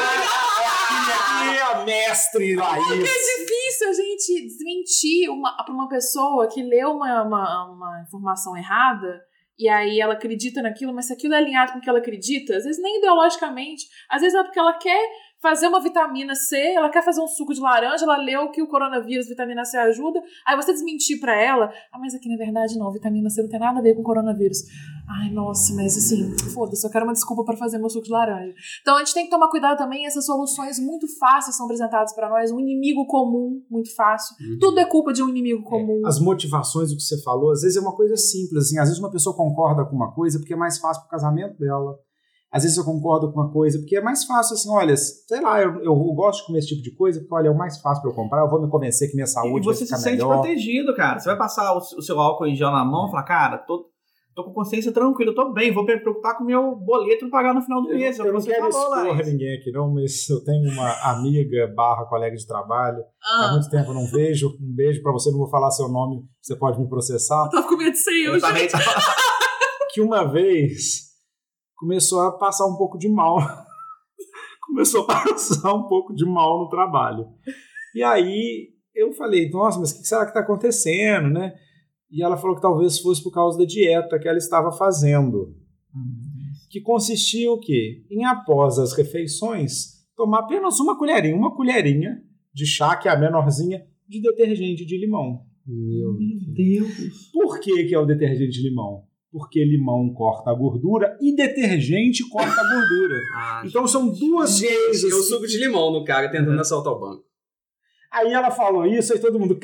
Aqui é a mestre Laís. Porque é difícil a gente desmentir para uma pessoa que leu uma informação errada e aí ela acredita naquilo, mas se aquilo é alinhado com o que ela acredita, às vezes nem ideologicamente, às vezes é porque ela quer fazer uma vitamina C, ela quer fazer um suco de laranja, ela leu que o coronavírus, vitamina C ajuda, aí você desmentir pra ela, mas aqui na verdade não, vitamina C não tem nada a ver com coronavírus. Ai, nossa, mas assim, foda-se, eu quero uma desculpa pra fazer meu suco de laranja. Então a gente tem que tomar cuidado também, essas soluções muito fáceis são apresentadas pra nós, um inimigo comum, muito fácil, tudo é culpa de um inimigo comum. As motivações do que você falou, às vezes é uma coisa simples, assim, às vezes uma pessoa concorda com uma coisa porque é mais fácil pro casamento dela. Às vezes eu concordo com uma coisa, porque é mais fácil, assim, olha, sei lá, eu gosto de comer esse tipo de coisa, porque, olha, é o mais fácil para eu comprar, eu vou me convencer que minha saúde vai ficar melhor. E você se sente protegido, cara. Você vai passar o seu álcool em gel na mão e falar, cara, tô com consciência tranquila, eu tô bem, vou me preocupar com o meu boleto e pagar no final do mês. Eu não quero expor ninguém aqui não, mas eu tenho uma amiga / colega de trabalho, há muito tempo eu não vejo, um beijo para você, não vou falar seu nome, você pode me processar. Eu tava com medo de ser eu, gente. Que uma vez começou a passar um pouco de mal. Começou a passar um pouco de mal no trabalho. E aí eu falei, nossa, mas o que será que está acontecendo, né? E ela falou que talvez fosse por causa da dieta que ela estava fazendo. Que consistia o quê? Em, após as refeições, tomar apenas uma colherinha de chá, que é a menorzinha, de detergente de limão. Meu Deus! Por que é o detergente de limão? porque limão corta a gordura e detergente corta a gordura. Então são duas coisas. Eu suco de limão no cara tentando assaltar o banco. Aí ela falou isso, aí todo mundo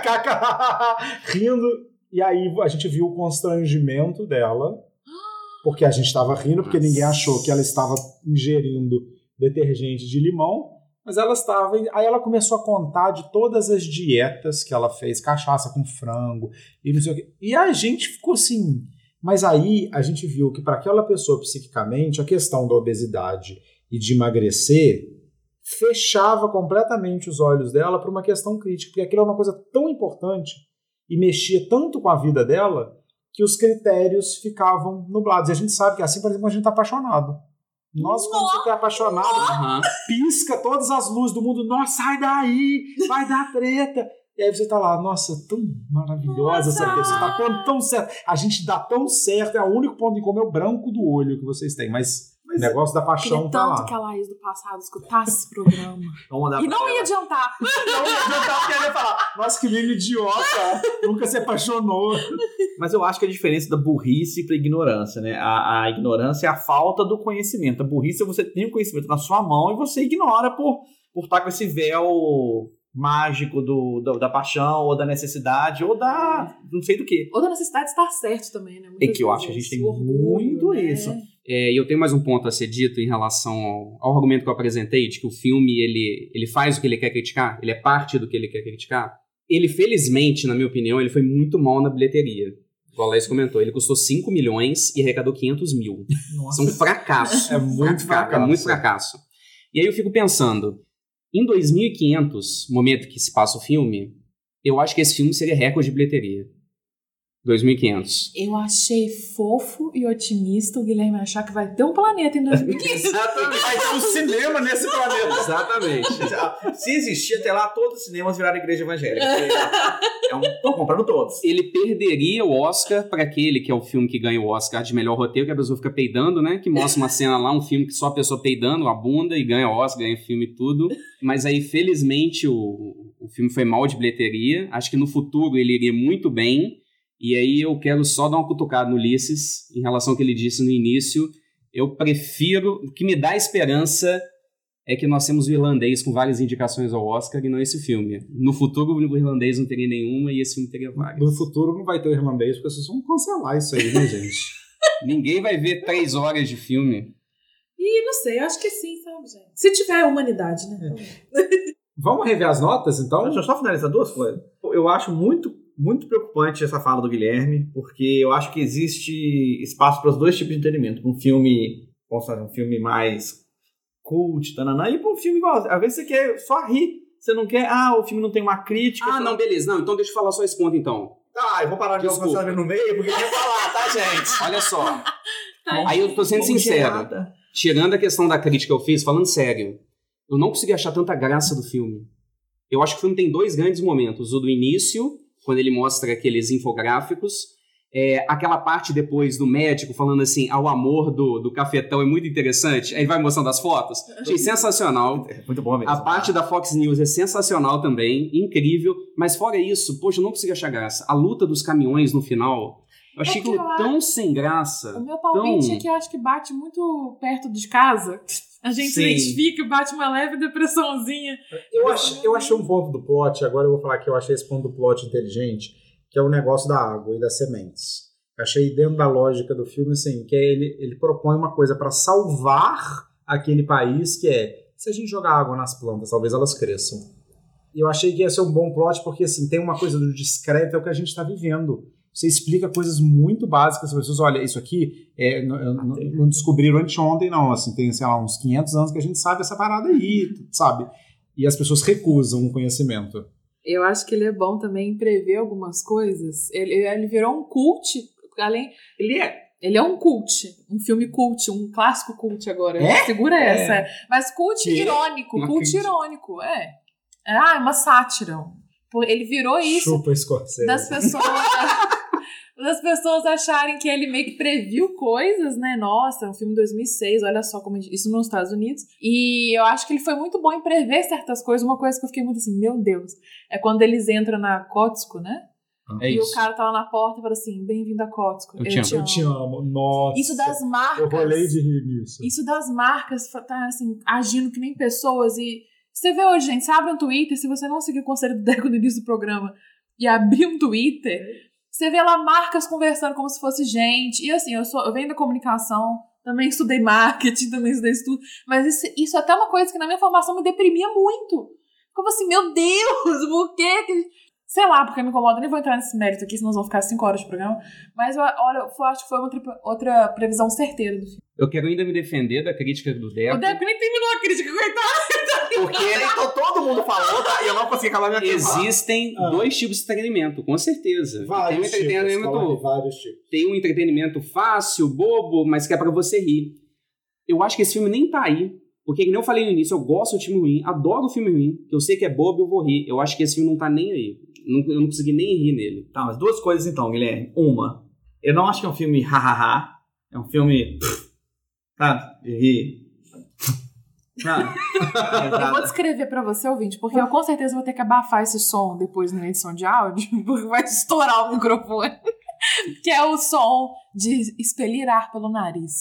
rindo. E aí a gente viu o constrangimento dela, porque a gente estava rindo, porque ninguém achou que ela estava ingerindo detergente de limão. Mas ela estava... Aí ela começou a contar de todas as dietas que ela fez, cachaça com frango e não sei o quê. E a gente ficou assim... Mas aí a gente viu que para aquela pessoa psiquicamente, a questão da obesidade e de emagrecer fechava completamente os olhos dela para uma questão crítica, porque aquilo é uma coisa tão importante e mexia tanto com a vida dela que os critérios ficavam nublados. E a gente sabe que é assim, por exemplo, quando a gente está apaixonado. Nossa, quando você está apaixonado, pisca todas as luzes do mundo. Nossa, sai daí, vai dar treta. E aí você tá lá, nossa, tão maravilhosa essa pessoa, tá tão certo. A gente dá tão certo, é o único ponto em comum, é o branco do olho que vocês têm. Mas o negócio da paixão tá lá. Tanto que a Laís do passado escutasse esse programa. E não ia adiantar. Não ia adiantar, porque ela ia falar, nossa, que menino idiota, nunca se apaixonou. Mas eu acho que a diferença da burrice pra ignorância, né? A ignorância é a falta do conhecimento. A burrice é você tem o conhecimento na sua mão e você ignora por estar com esse véu mágico da paixão, ou da necessidade, ou da não sei do que. Ou da necessidade de estar certo também, né? É que eu acho que a gente tem muito isso. E eu tenho mais um ponto a ser dito em relação ao argumento que eu apresentei, de que o filme ele faz o que ele quer criticar, ele é parte do que ele quer criticar. Ele, felizmente, na minha opinião, ele foi muito mal na bilheteria. Igual a Laís comentou, ele custou 5 milhões e arrecadou 500 mil. Nossa. Isso é um fracasso. É muito fracasso. É muito fracasso. E aí eu fico pensando, em 2500, momento que se passa o filme, eu acho que esse filme seria recorde de bilheteria. 2500. Eu achei fofo e otimista o Guilherme achar que vai ter um planeta em 2500. Exatamente. Vai ter um cinema nesse planeta. Exatamente. Se existir até lá, todos os cinemas viraram igreja evangélica. Estão comprando todos. Ele perderia o Oscar para aquele que é o filme que ganha o Oscar de melhor roteiro, que a pessoa fica peidando, né? Que mostra uma cena lá, um filme que só a pessoa peidando, a bunda, e ganha o Oscar, ganha filme e tudo. Mas aí, felizmente, o filme foi mal de bilheteria. Acho que no futuro ele iria muito bem. E aí eu quero só dar uma cutucada no Ulisses em relação ao que ele disse no início. Eu prefiro... O que me dá esperança é que nós temos o Irlandês com várias indicações ao Oscar e não esse filme. No futuro o Irlandês não teria nenhuma e esse filme teria várias. No futuro não vai ter o Irlandês, porque vocês vão cancelar isso aí, né, gente? Ninguém vai ver 3 horas de filme. Não sei, acho que sim, sabe, gente? Se tiver humanidade, né? Vamos rever as notas, então? Deixa eu só finalizar duas coisas. Eu acho muito preocupante essa fala do Guilherme, porque eu acho que existe espaço para os dois tipos de entretenimento. Para um filme mais cult, tananã, e para um filme igual. Às vezes você quer só rir, você não quer, o filme não tem uma crítica. Não, beleza. Não, então deixa eu falar só esse ponto, então. Eu vou parar de falar no meio, porque eu ia falar, tá, gente? Olha só. Aí eu tô sendo sincero. Tirando a questão da crítica que eu fiz, falando sério, eu não consegui achar tanta graça do filme. Eu acho que o filme tem 2 grandes momentos. O do início, quando ele mostra aqueles infográficos, aquela parte depois do médico falando assim, o amor do cafetão é muito interessante, aí vai mostrando as fotos. Achei sensacional. Muito bom mesmo. A parte da Fox News é sensacional também, incrível, mas fora isso, poxa, eu não consegui achar graça. A luta dos caminhões no final, eu achei aquilo tão sem graça. O meu palpite é que eu acho que bate muito perto de casa. A gente se identifica e bate uma leve depressãozinha. Eu achei um ponto do plot, agora eu vou falar que eu achei esse ponto do plot inteligente, que é o negócio da água e das sementes. Eu achei dentro da lógica do filme, assim, que ele propõe uma coisa para salvar aquele país, que se a gente jogar água nas plantas, talvez elas cresçam. E eu achei que ia ser um bom plot, porque assim, tem uma coisa do discreto, é o que a gente está vivendo. Você explica coisas muito básicas para as pessoas. Olha, isso aqui não descobriram anteontem, não. Assim, tem, sei lá, uns 500 anos que a gente sabe essa parada aí, sabe? E as pessoas recusam o conhecimento. Eu acho que ele é bom também em prever algumas coisas. Ele virou um cult. Ele é um cult. Um filme cult, um clássico cult agora. Segura essa. Mas cult irônico. Irônico, é uma sátira. Ele virou isso. Chupa Scorsese. Das pessoas acharem que ele meio que previu coisas, né? Nossa, um filme de 2006, olha só como isso nos Estados Unidos. E eu acho que ele foi muito bom em prever certas coisas. Uma coisa que eu fiquei muito assim, meu Deus, é quando eles entram na Kotsko, né? É E isso. o cara tá lá na porta e fala assim, bem-vindo a Kotsko, Eu te amo. Eu te amo. Nossa. Isso das marcas. Eu rolei de rir nisso. Isso das marcas tá assim, agindo que nem pessoas. E você vê hoje, gente, você abre um Twitter, se você não seguir o conselho do Deco no início do programa e abrir um Twitter, você vê lá marcas conversando como se fosse gente. E assim, eu venho da comunicação, também estudei marketing, também estudei isso tudo. Mas isso é até uma coisa que na minha formação me deprimia muito. Como assim, meu Deus, por quê? Sei lá, porque me incomoda, nem vou entrar nesse mérito aqui, senão nós vamos ficar 5 horas de programa. Mas olha, eu acho que foi outra previsão certeira do filme. Eu quero ainda me defender da crítica do Deco. O Deco nem terminou a crítica, coitado. Porque então todo mundo falou, tá? E eu não consegui acabar minha Existem dois tipos de entretenimento, com certeza. Tem um entretenimento, vários tipos. tem um entretenimento fácil, bobo, mas que é pra você rir. Eu acho que esse filme nem tá aí. Porque, como eu falei no início, eu gosto de filme ruim, adoro filme ruim, que eu sei que é bobo e eu vou rir. Eu acho que esse filme não tá nem aí. Eu não consegui nem rir nele. Tá, mas 2 coisas então, Guilherme. Uma, eu não acho que é um filme hahaha. É um filme. Sabe? De rir. Sabe? Eu vou descrever pra você, ouvinte, porque eu com certeza vou ter que abafar esse som depois na edição de áudio, porque vai estourar o microfone. Que é o som de expelir ar pelo nariz.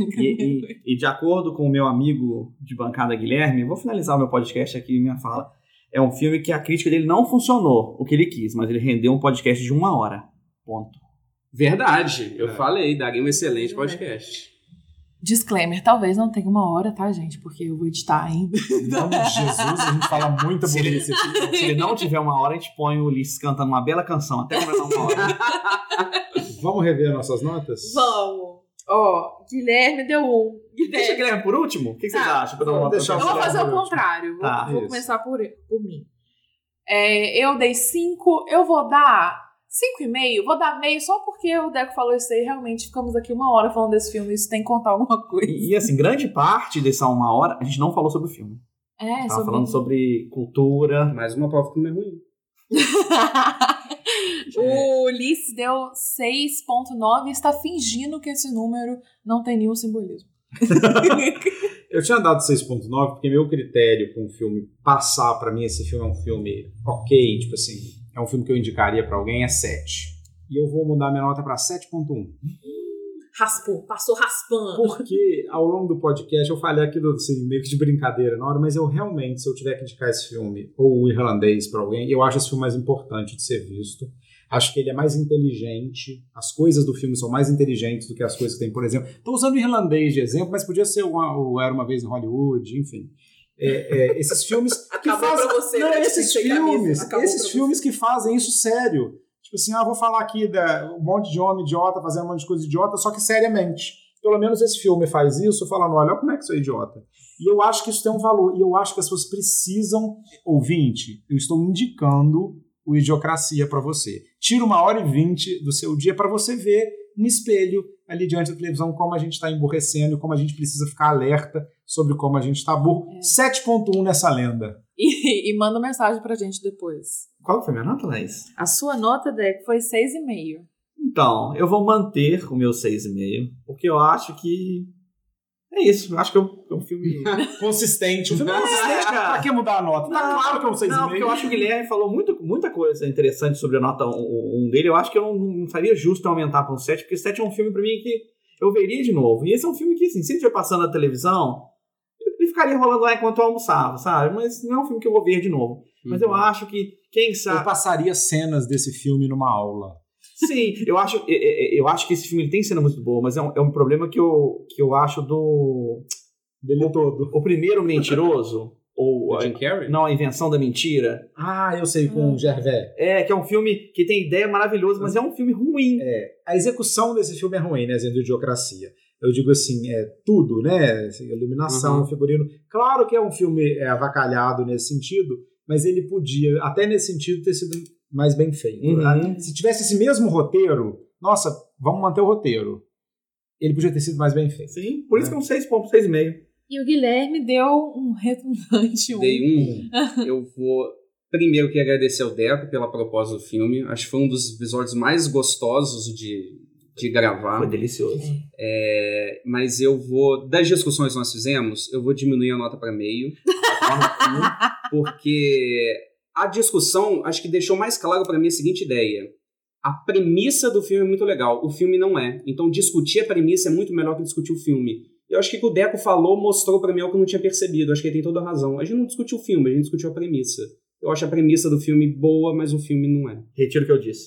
E de acordo com o meu amigo de bancada Guilherme, vou finalizar o meu podcast aqui, minha fala. É um filme que a crítica dele não funcionou o que ele quis, mas ele rendeu um podcast de 1 hora. Ponto. Verdade, eu falei, daria um excelente podcast. Disclaimer, talvez não tenha 1 hora, tá, gente? Porque eu vou editar ainda. Em nome de Jesus, a gente fala muita burrice. Se ele não tiver 1 hora, a gente põe o Ulisses cantando uma bela canção até completar 1 hora. Vamos rever nossas notas? Vamos. Ó, Guilherme deu 1. Deixa o Guilherme por último? O que vocês Tá. acham? Pra dar uma Vamos nota deixar Eu pra vou Guilherme fazer o por último. contrário. Tá, Vou isso. começar por mim. Eu dei 5, eu vou dar 5,5. Vou dar meio só porque o Deco falou isso aí. Realmente ficamos aqui 1 hora falando desse filme. Isso tem que contar alguma coisa. E assim, grande parte dessa 1 hora, a gente não falou sobre o filme. Tava falando sobre cultura. Mais uma prova que o filme é ruim. O Ulisses deu 6,9 e está fingindo que esse número não tem nenhum simbolismo. Eu tinha dado 6.9 porque meu critério com o filme passar pra mim, esse filme é um filme ok, tipo assim, é um filme que eu indicaria pra alguém, é 7. E eu vou mudar minha nota pra 7.1. Raspou, passou raspando. Porque ao longo do podcast eu falei aquilo assim, meio que de brincadeira na hora, mas eu realmente, se eu tiver que indicar esse filme ou o Irlandês pra alguém, eu acho esse filme mais importante de ser visto. Acho que ele é mais inteligente, as coisas do filme são mais inteligentes do que as coisas que tem, por exemplo. Estou usando o Irlandês de exemplo, mas podia ser o Era Uma Vez em Hollywood, enfim. Esses filmes que Acabou fazem... pra você, Não, né? esses Sem camisa. filmes, Acabou esses pra filmes que fazem isso sério. Tipo assim, vou falar aqui um monte de homem idiota fazendo um monte de coisa idiota, só que seriamente. Pelo menos esse filme faz isso, falando, olha como é que isso é idiota. E eu acho que isso tem um valor. E eu acho que as pessoas precisam... Ouvinte, eu estou indicando o Idiocracia para você. Tira 1h20 do seu dia para você ver um espelho ali diante da televisão, como a gente está emburrecendo e como a gente precisa ficar alerta sobre como a gente está burro. 7.1 nessa lenda. E manda mensagem pra gente depois. Qual foi a minha nota, Laís? A sua nota, Deco, foi 6,5. Então, eu vou manter o meu 6,5, porque eu acho que é isso. Eu acho que é um filme Consistente. Um filme consistente, cara. Pra que mudar a nota? Tá claro que é um 6,5. Não, porque eu acho que o Guilherme falou muita coisa interessante sobre a nota 1 dele. Eu acho que eu não faria justo eu aumentar para um 7, porque 7 é um filme pra mim que eu veria de novo. E esse é um filme que, assim, se ele estiver passando na televisão, ele ficaria rolando lá enquanto eu almoçava, sabe? Mas não é um filme que eu vou ver de novo. Mas eu acho que, quem sabe... Eu passaria cenas desse filme numa aula. Sim, eu acho que esse filme ele tem cena muito boa, mas é um problema que eu acho do... Dele todo. O primeiro mentiroso, ou... O Jim Carrey? Não, a invenção da mentira. Eu sei, com o Gervais. Que é um filme que tem ideia maravilhosa, mas é um filme ruim. A execução desse filme é ruim, né? Do Idiocracia. Eu digo assim, tudo, né? Iluminação, figurino. Claro que é um filme avacalhado nesse sentido, mas ele podia, até nesse sentido, ter sido mais bem feito. Né? Se tivesse esse mesmo roteiro, nossa, vamos manter o roteiro. Ele podia ter sido mais bem feito. Sim, por isso que é um 6,5. E o Guilherme deu um redundante 1. Dei 1. Eu vou primeiro que agradecer ao Deco pela proposta do filme. Acho que foi um dos episódios mais gostosos de gravar. Foi delicioso. Mas eu vou, das discussões que nós fizemos, eu vou diminuir a nota para meio. Porque a discussão, acho que deixou mais claro para mim a seguinte ideia. a premissa do filme é muito legal, o filme não é. Então discutir a premissa é muito melhor que discutir o filme. Eu acho que o que o Deco falou mostrou pra mim algo que eu não tinha percebido. Eu acho que ele tem toda a razão. A gente não discutiu o filme, a gente discutiu a premissa. Eu acho a premissa do filme boa, mas o filme não é. Retiro o que eu disse.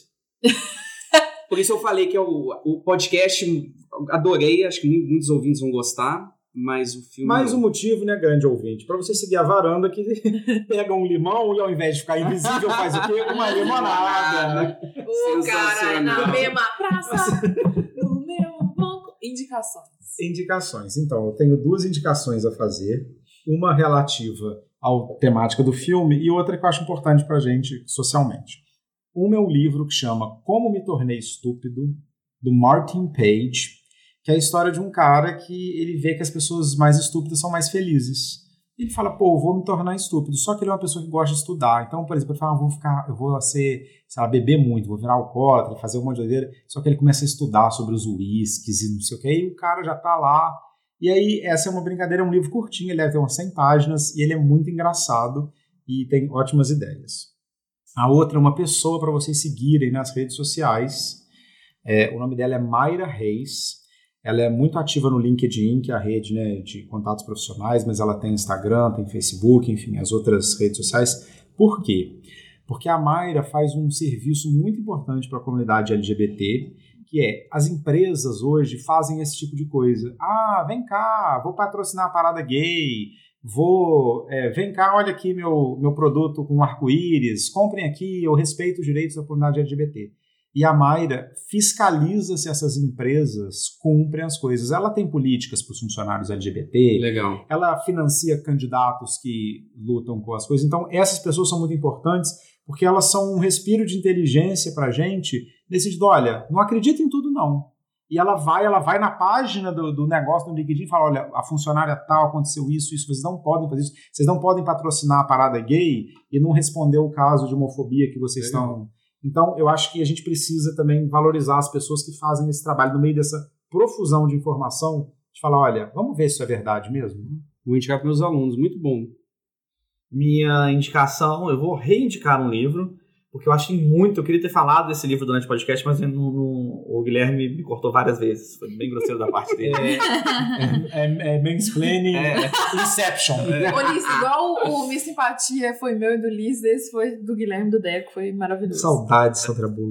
Por isso eu falei que o podcast, adorei, acho que muitos ouvintes vão gostar, mas o filme... Mais não. um motivo, né, grande ouvinte, pra você seguir a varanda que pega um limão e ao invés de ficar invisível faz o quê? Uma limonada. Ô, caralho, na mesma praça, no mesmo banco. Indicações. Indicações. Então, eu tenho 2 indicações a fazer. Uma relativa à temática do filme e outra que eu acho importante pra gente socialmente. Uma é um livro que chama Como Me Tornei Estúpido, do Martin Page, que é a história de um cara que ele vê que as pessoas mais estúpidas são mais felizes. Ele fala, pô, eu vou me tornar estúpido. Só que ele é uma pessoa que gosta de estudar. Então, por exemplo, ele fala, eu vou ser, sei lá, beber muito, vou virar alcoólatra, fazer um monte de doideira. Só que ele começa a estudar sobre os uísques e não sei o que. E o cara já tá lá. E aí, essa é uma brincadeira, é um livro curtinho, ele deve ter umas 100 páginas e ele é muito engraçado e tem ótimas ideias. A outra é uma pessoa para vocês seguirem nas redes sociais. O nome dela é Mayra Reis. Ela é muito ativa no LinkedIn, que é a rede, né, de contatos profissionais, mas ela tem Instagram, tem Facebook, enfim, as outras redes sociais. Por quê? Porque a Mayra faz um serviço muito importante para a comunidade LGBT, que é, as empresas hoje fazem esse tipo de coisa. Ah, vem cá, vou patrocinar a parada gay, vem cá, olha aqui meu produto com arco-íris, comprem aqui, eu respeito os direitos da comunidade LGBT. E a Mayra fiscaliza se essas empresas cumprem as coisas. Ela tem políticas para os funcionários LGBT. Legal. Ela financia candidatos que lutam com as coisas. Então, essas pessoas são muito importantes porque elas são um respiro de inteligência para a gente. Decidindo, olha, não acredita em tudo, não. E ela vai na página do negócio, no LinkedIn, e fala, olha, a funcionária tal, aconteceu isso, vocês não podem fazer isso. Vocês não podem patrocinar a parada gay e não responder o caso de homofobia que vocês estão... Então, eu acho que a gente precisa também valorizar as pessoas que fazem esse trabalho no meio dessa profusão de informação, de falar, olha, vamos ver se isso é verdade mesmo. Vou indicar para meus alunos, muito bom. Minha indicação, eu vou reindicar um livro, porque eu achei muito, eu queria ter falado desse livro durante o podcast, mas o Guilherme me cortou várias vezes, foi bem grosseiro da parte dele. Mansplaining, Inception. Ulisses, igual o Miss Simpatia foi meu e do Liz, esse foi do Guilherme, do Deco, foi maravilhoso. Saudade, Sandra Bula.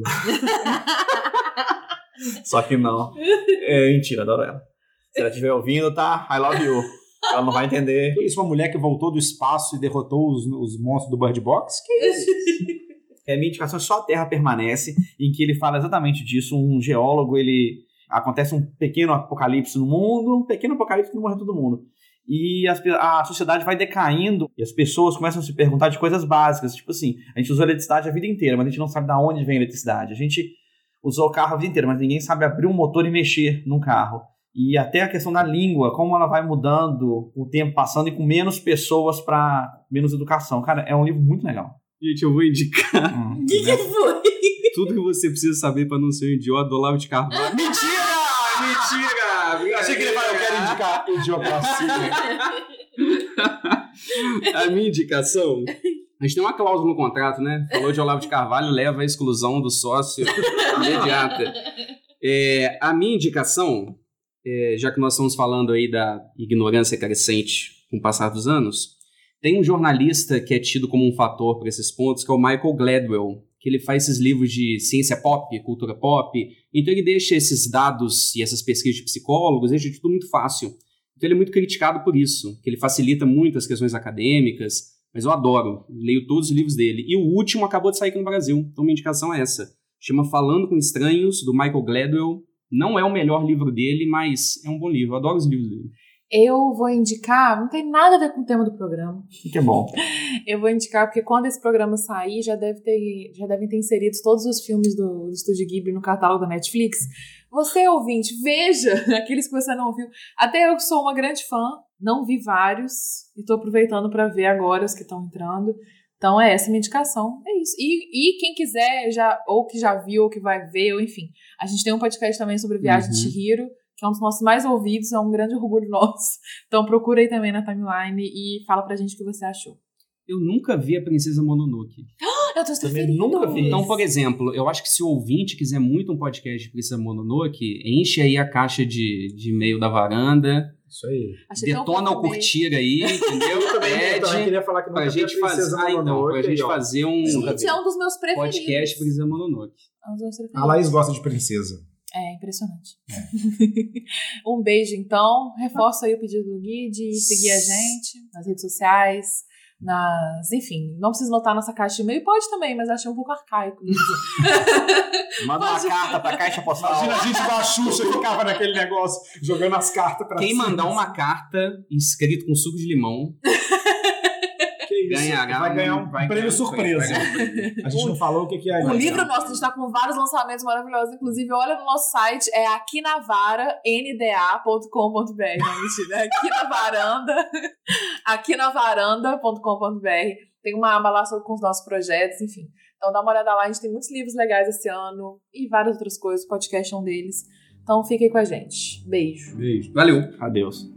Só que não. Mentira, adoro ela. Se ela estiver ouvindo, tá? I love you. Ela não vai entender. Que isso, uma mulher que voltou do espaço e derrotou os monstros do Bird Box? Que isso? Minha indicação é Só a Terra Permanece, em que ele fala exatamente disso. Um geólogo, acontece um pequeno apocalipse no mundo, um pequeno apocalipse que não morre todo mundo. E a sociedade vai decaindo e as pessoas começam a se perguntar de coisas básicas. Tipo assim, a gente usou eletricidade a vida inteira, mas a gente não sabe de onde vem a eletricidade. A gente usou o carro a vida inteira, mas ninguém sabe abrir um motor e mexer num carro. E até a questão da língua, como ela vai mudando, o tempo passando e com menos pessoas para menos educação. Cara, é um livro muito legal. Gente, eu vou indicar. O que foi? Tudo que você precisa saber para não ser um idiota do Olavo de Carvalho. Mentira! Mentira! Achei que ele falou, eu quero indicar idiocracia. A minha indicação... A gente tem uma cláusula no contrato, né? Falou de Olavo de Carvalho, leva a exclusão do sócio imediata. A minha indicação, já que nós estamos falando aí da ignorância crescente com o passar dos anos... Tem um jornalista que é tido como um fator para esses pontos, que é o Michael Gladwell, que ele faz esses livros de ciência pop, cultura pop. Então ele deixa esses dados e essas pesquisas de psicólogos, deixa tudo muito fácil. Então ele é muito criticado por isso, que ele facilita muito as questões acadêmicas, mas eu adoro, leio todos os livros dele. E o último acabou de sair aqui no Brasil, então minha indicação é essa. Chama Falando com Estranhos, do Michael Gladwell. Não é o melhor livro dele, mas é um bom livro, eu adoro os livros dele. Eu vou indicar, não tem nada a ver com o tema do programa. Que é bom. Eu vou indicar porque quando esse programa sair, já devem ter inseridos todos os filmes do Estúdio Ghibli no catálogo da Netflix. Você, ouvinte, veja aqueles que você não viu. Até eu que sou uma grande fã, não vi vários e tô aproveitando para ver agora os que estão entrando. Então essa a minha indicação, é isso. E quem quiser, ou que já viu, ou que vai ver, ou enfim. A gente tem um podcast também sobre Viagem de Chihiro, que é um dos nossos mais ouvidos, é um grande orgulho nosso. Então procura aí também na timeline e fala pra gente o que você achou. Eu nunca vi a Princesa Mononoke. Eu tô Também nunca vi. Então, por exemplo, eu acho que se o ouvinte quiser muito um podcast de Princesa Mononoke, enche aí a caixa de e-mail da varanda, Isso aí. detona o curtir aí, entendeu? Eu também Pede queria falar que pra nunca vi a gente fazer, Princesa Mononoke, pra gente aí, ó. fazer um Gente, é um dos meus preferidos. podcast Princesa Mononoke. É um dos meus preferidos. A Laís gosta de princesa. É impressionante. Um beijo, então. Reforço aí o pedido do Gui de seguir a gente nas redes sociais, enfim, não precisa notar nossa caixa de e-mail, pode também, mas eu achei um pouco arcaico isso. Manda uma carta pra caixa postal. Imagina a gente com a Xuxa ficava naquele negócio, jogando as cartas pra Quem cima. mandar uma carta escrito com suco de limão Que isso? ganhará Vai ganhar um prêmio ganhar surpresa. vai ganhar um prêmio. A gente não falou o que é. O livro nosso, a gente tá com vários lançamentos maravilhosos. Inclusive, olha no nosso site, é aquinavaranda.com.br. Não, mentira, é aquinavaranda.com.br. Tem uma aba lá com os nossos projetos, enfim. Então dá uma olhada lá, a gente tem muitos livros legais esse ano e várias outras coisas, o podcast é um deles. Então fiquem com a gente. Beijo. Beijo. Valeu. Adeus.